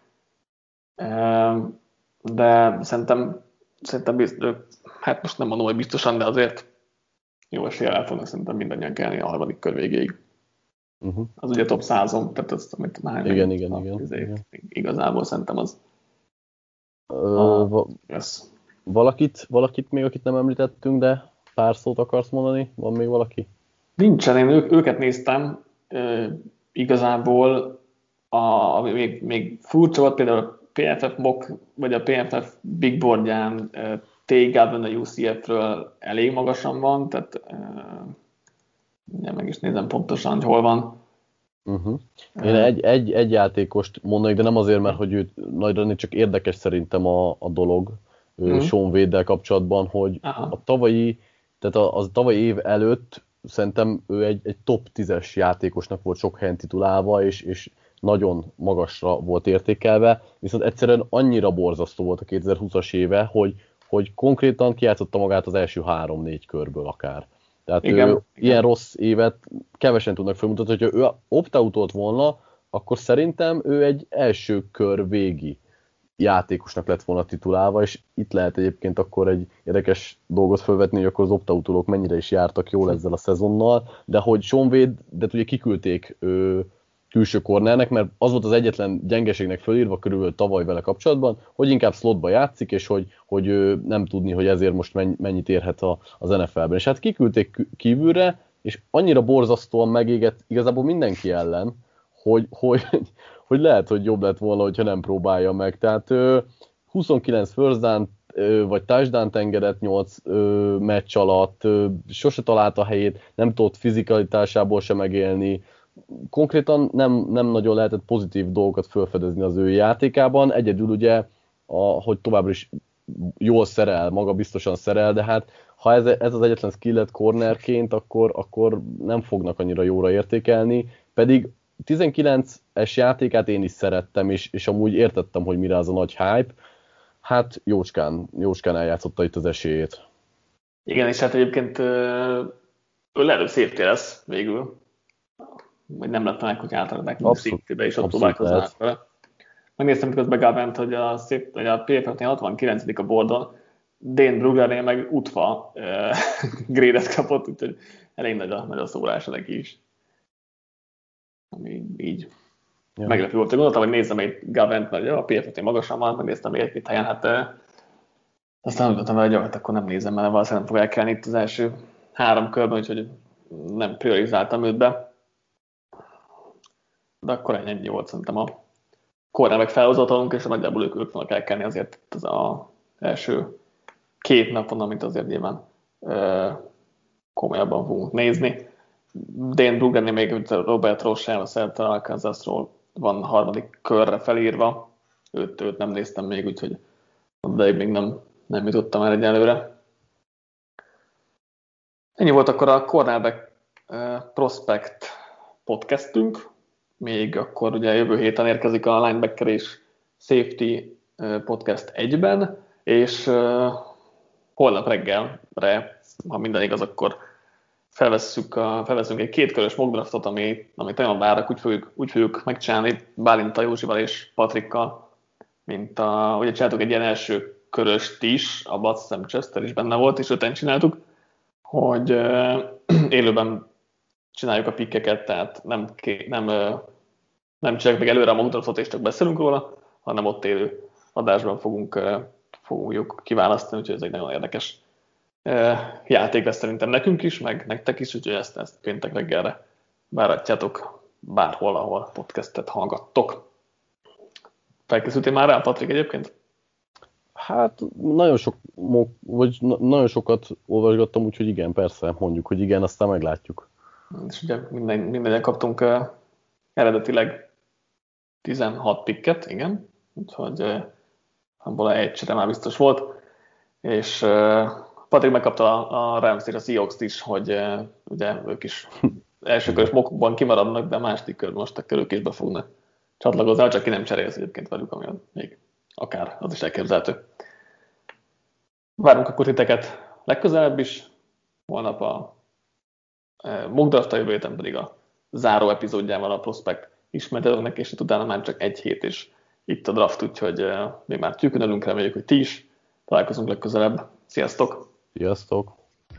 De szerintem, szerintem biztos, hát most nem mondom, hogy biztosan, de azért jó eséllyel el fognak szerintem mindannyian kelni a harmadik kör végéig. Uh-huh. Az ugye top százon, tehát az, amit már igen, igen, igen, igen. Igazából szerintem az Ö, a, va- yes. valakit, valakit még, akit nem említettünk, de pár szót akarsz mondani? Van még valaki? Nincsen, én ő, őket néztem. E, igazából a, ami még, még furcsa volt, például a pé ef ef mock, vagy a pé ef ef big boardján e, T. Godwin a u cé ef-ről elég magasan van, tehát e, meg is nézem pontosan, hogy hol van. Uh-huh. Én egy, egy, egy játékost mondanék, de nem azért, mert hogy ő nagyra csak érdekes szerintem a, a dolog uh-huh. Sean Wade-del kapcsolatban, hogy Aha. a tavalyi, tehát a, az tavalyi év előtt szerintem ő egy, egy top tízes játékosnak volt sok helyen titulálva, és, és nagyon magasra volt értékelve, viszont egyszerűen annyira borzasztó volt a kétezer-húszas éve, hogy, hogy konkrétan kijátszotta magát az első három-négy körből akár. Tehát igen, ő igen. Ilyen rossz évet kevesen tudnak felmutatni, hogyha ő opt-outolt volna, akkor szerintem ő egy első kör végi játékosnak lett volna titulálva, és itt lehet egyébként akkor egy érdekes dolgot felvetni, hogy akkor az opt-outolók mennyire is jártak jól ezzel a szezonnal, de hogy Sean Wade, de ugye kiküldték ő, külső kornernek, mert az volt az egyetlen gyengeségnek fölírva körülbelül tavaly vele kapcsolatban, hogy inkább slotba játszik, és hogy, hogy ő nem tudni, hogy ezért most mennyit érhet a, az en ef el-ben. És hát kiküldték kívülre, és annyira borzasztóan megégett igazából mindenki ellen, hogy, hogy, hogy lehet, hogy jobb lett volna, hogyha nem próbálja meg. Tehát huszonkilenc first down, vagy touchdown engedett nyolc meccs alatt, sose találta a helyét, nem tudott fizikalitásából sem megélni, konkrétan nem, nem nagyon lehetett pozitív dolgokat felfedezni az ő játékában, egyedül ugye, a, hogy továbbra is jól szerel, maga biztosan szerel, de hát ha ez, ez az egyetlen skillet cornerként, akkor, akkor nem fognak annyira jóra értékelni, pedig tizenkilences játékát én is szerettem, és, és amúgy értettem, hogy mire az a nagy hype, hát jócskán, jócskán eljátszotta itt az esélyét. Igen, és hát egyébként ölelő safety lesz végül, vagy nem lett meg, hogy átadnak safety-be, és ott próbálkoznak vele. Megnéztem miközben Gavent, hogy a, hogy a pé ef ef-nél hatvankilencedik a bordon, Dane Bruglernél meg utva uh, grédet kapott, úgyhogy elég nagy a, nagy a szórása neki is. Ami így ja. Meglepő volt. Gondoltam, hogy nézzem egy Gavent, mert a pé ef ef-nél magasan van, megnéztem még egy-két helyen, hát uh, aztán gondoltam vele, hogy hát akkor nem nézem, mert valószínűleg nem fog elkelni itt az első három körben, úgyhogy nem priorizáltam őt be. De akkor ennyi volt szerintem a cornerback felhozatalunk, és nagyjából ők, ők fognak elkelni azért az a első két napon, amit azért nyilván ö, komolyabban fogunk nézni. Dane Bruglernél még Robert Rochelle, a Celta Arkansasról van harmadik körre felírva. Őt, őt nem néztem még, úgyhogy odaig még nem, nem jutottam el egyelőre. Ennyi volt akkor a Cornerback uh, Prospect podcastünk. Még akkor ugye jövő héten érkezik a Linebacker és Safety podcast egyben, és uh, holnap reggelre, ha minden igaz, akkor felvesszük a, felveszünk egy kétkörös mock draftot, ami, amit nagyon várok, úgy fogjuk, úgy fogjuk megcsinálni Bálinta Józsival és Patrikkal, mint a, ugye csináltuk egy ilyen első köröst is, abban azt hiszem Chester is benne volt, és öten csináltuk, hogy uh, élőben csináljuk a pikkeket, tehát nem, nem, nem csináljuk meg előre a mock draftot, és csak beszélünk róla, hanem ott élő adásban fogunk, fogjuk kiválasztani, úgyhogy ez egy nagyon érdekes játék lesz szerintem nekünk is, meg nektek is, úgyhogy ezt, ezt péntek reggelre váratjátok bárhol, ahol podcastet hallgattok. Felkészültél már rá, Patrik, egyébként? Hát nagyon, sok, vagy nagyon sokat olvasgattam, úgyhogy igen, persze, mondjuk, hogy igen, aztán meglátjuk. És ugye minden, mindenben kaptunk uh, eredetileg tizenhat pikket, igen, úgyhogy uh, abból egy csere már biztos volt, és uh, Patrik megkapta a, a Rams és a Seahawks-t is, hogy uh, ugye ők is első körös mockokban kimaradnak, de a második körben most ők is be fognak csatlakozni, csak ki nem cserélsz egyébként velük, ami még akár az is elképzelhető. Várunk akkor titeket legközelebb is, holnap a mock draft, a jövő héten pedig a záró epizódjával a Prospect ismertetőnek, és utána már csak egy hét is itt a draft, úgyhogy uh, még már tűkönölünk, reméljük, hogy ti is. Találkozunk legközelebb. Sziasztok! Sziasztok!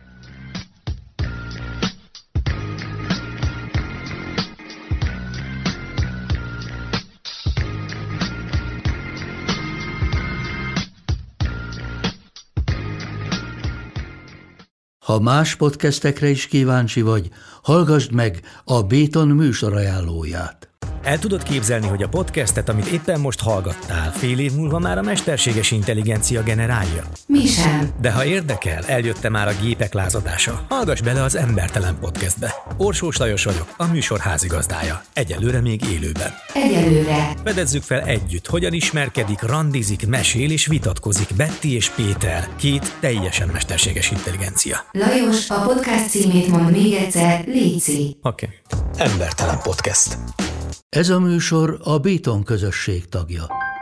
Ha más podcastekre is kíváncsi vagy, hallgassd meg a Béton műsor ajánlóját. El tudod képzelni, hogy a podcastet, amit éppen most hallgattál, fél év múlva már a mesterséges intelligencia generálja? Mi sem. De ha érdekel, eljötte már a gépek lázadása. Hallgass bele az Embertelen Podcastbe. Orsós Lajos vagyok, a műsor házigazdája. Egyelőre még élőben. Egyelőre. Fedezzük fel együtt, hogyan ismerkedik, randizik, mesél és vitatkozik Betty és Péter, két teljesen mesterséges intelligencia. Lajos, a podcast címét mond még egyszer, léci. Oké. Okay. Embertelen Podcast. Ez a műsor a Béton közösség tagja.